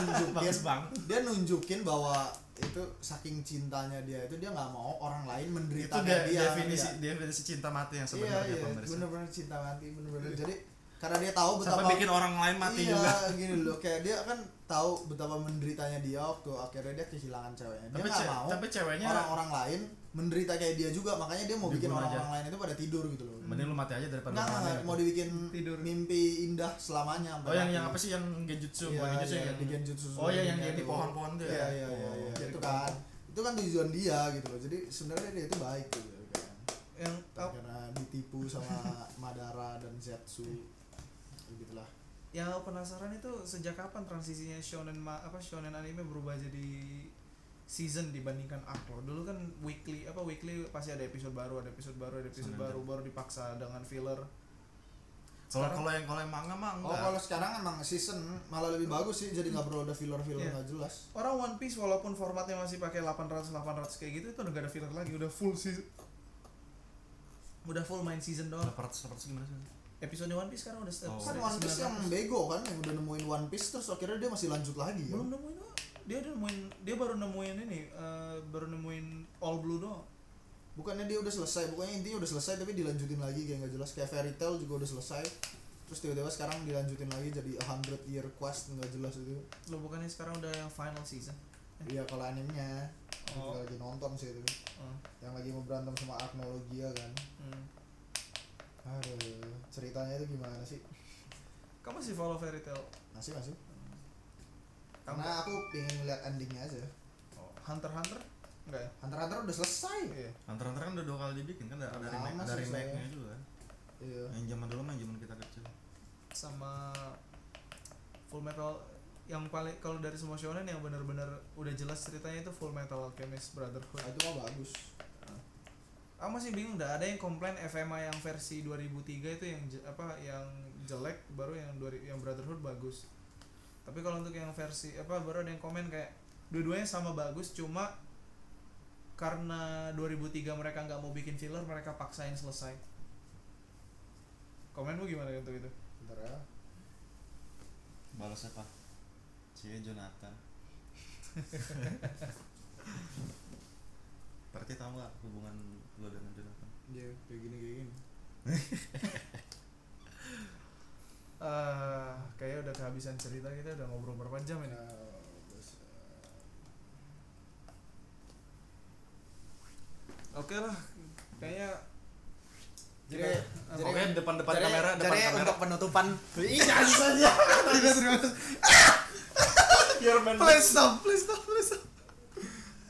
dia nunjukin bahwa itu saking cintanya dia itu dia nggak mau orang lain menderita Itu kayak dia. definisi cinta mati yang Iya, sebenarnya pemirsa. bener-bener cinta mati, bener-bener. Jadi karena dia tahu betapa Sampai bikin orang lain mati iya, juga. gini loh, kayak dia kan tahu betapa menderitanya dia waktu akhirnya dia kehilangan ceweknya. Dia Tapi nggak mau tapi ceweknya orang-orang lain menderita kayak dia juga, makanya dia mau bikin Dibunuh orang-orang lain itu pada tidur gitu loh. mending lu mati aja daripada Nggak, mau dibikin Tidur. mimpi indah selamanya. Oh yang apa sih yang genjutsu? Iya, Bukan genjutsu, iya, yang di Genjutsu. Oh iya, yang itu. di pohon-pohon tuh ya. Iya. Oh, Itu kan. Itu kan tujuan dia gitu loh. Jadi sebenarnya dia itu baik gitu kan. Yang Karena ditipu sama Madara dan Zetsu. Begitulah. yang aku penasaran itu sejak kapan transisinya shonen anime berubah jadi season dibandingkan arc loh. Dulu kan weekly pasti ada episode baru baru dipaksa dengan filler. Kalau yang manga mah Oh, enggak. kalau sekarang emang season malah lebih bagus sih, jadi nggak perlu ada filler-filler Iya. nggak jelas. Orang One Piece walaupun formatnya masih pakai 800 kayak gitu, itu udah gak ada filler lagi, udah full season. Udah full main season doang. 800 gimana sih? Episode One Piece sekarang udah Oh. Kan One Piece yang bego kan, yang udah nemuin One Piece terus akhirnya dia masih lanjut lagi ya. belum nemuin. Dia baru nemuin ini, baru nemuin All Blue doang. Bukannya dia udah selesai, pokoknya intinya udah selesai tapi dilanjutin lagi kayak nggak jelas. Kayak Fairy Tail juga udah selesai, terus tiba-tiba sekarang dilanjutin lagi jadi 100 Year Quest, nggak jelas itu. Lo bukannya sekarang udah yang final season? Iya kalau animenya, Oh. juga lagi nonton sih itu, yang lagi mau berantem sama Archnologia kan. Aduh, ceritanya itu gimana sih? Kamu masih follow Fairy Tail? Masih. Kamu Karena aku pengen lihat endingnya aja. Hunter enggak ya? Hunter x Hunter udah selesai. Iya. Hunter kan udah 2 kali dibikin kan, ada Lama sih remake-nya juga kan. Iya. Yang zaman dulu mah zaman kita kecil. Sama Full Metal yang paling, kalau dari semua shonen yang benar-benar udah jelas ceritanya itu Full Metal Alchemist Brotherhood. Itu mah bagus. Aku masih bingung, ada yang komplain FMA yang versi 2003 itu yang yang jelek, baru yang Brotherhood bagus. Tapi kalau untuk yang versi baru ada yang komen kayak dua-duanya sama bagus, cuma karena 2003 mereka nggak mau bikin filler, mereka paksain selesai. Komenmu gimana untuk itu? Bentar ya. Balas apa? Cie Jonathan. Berarti tahu nggak hubungan lo dengan Jonathan? Iya, kayak gini. Kayaknya udah kehabisan cerita, kita udah ngobrol berapa jam ini? Oke lah, kayaknya Jadi Oke, depan kamera. untuk penutupan terima kasih. Your man. Please stop.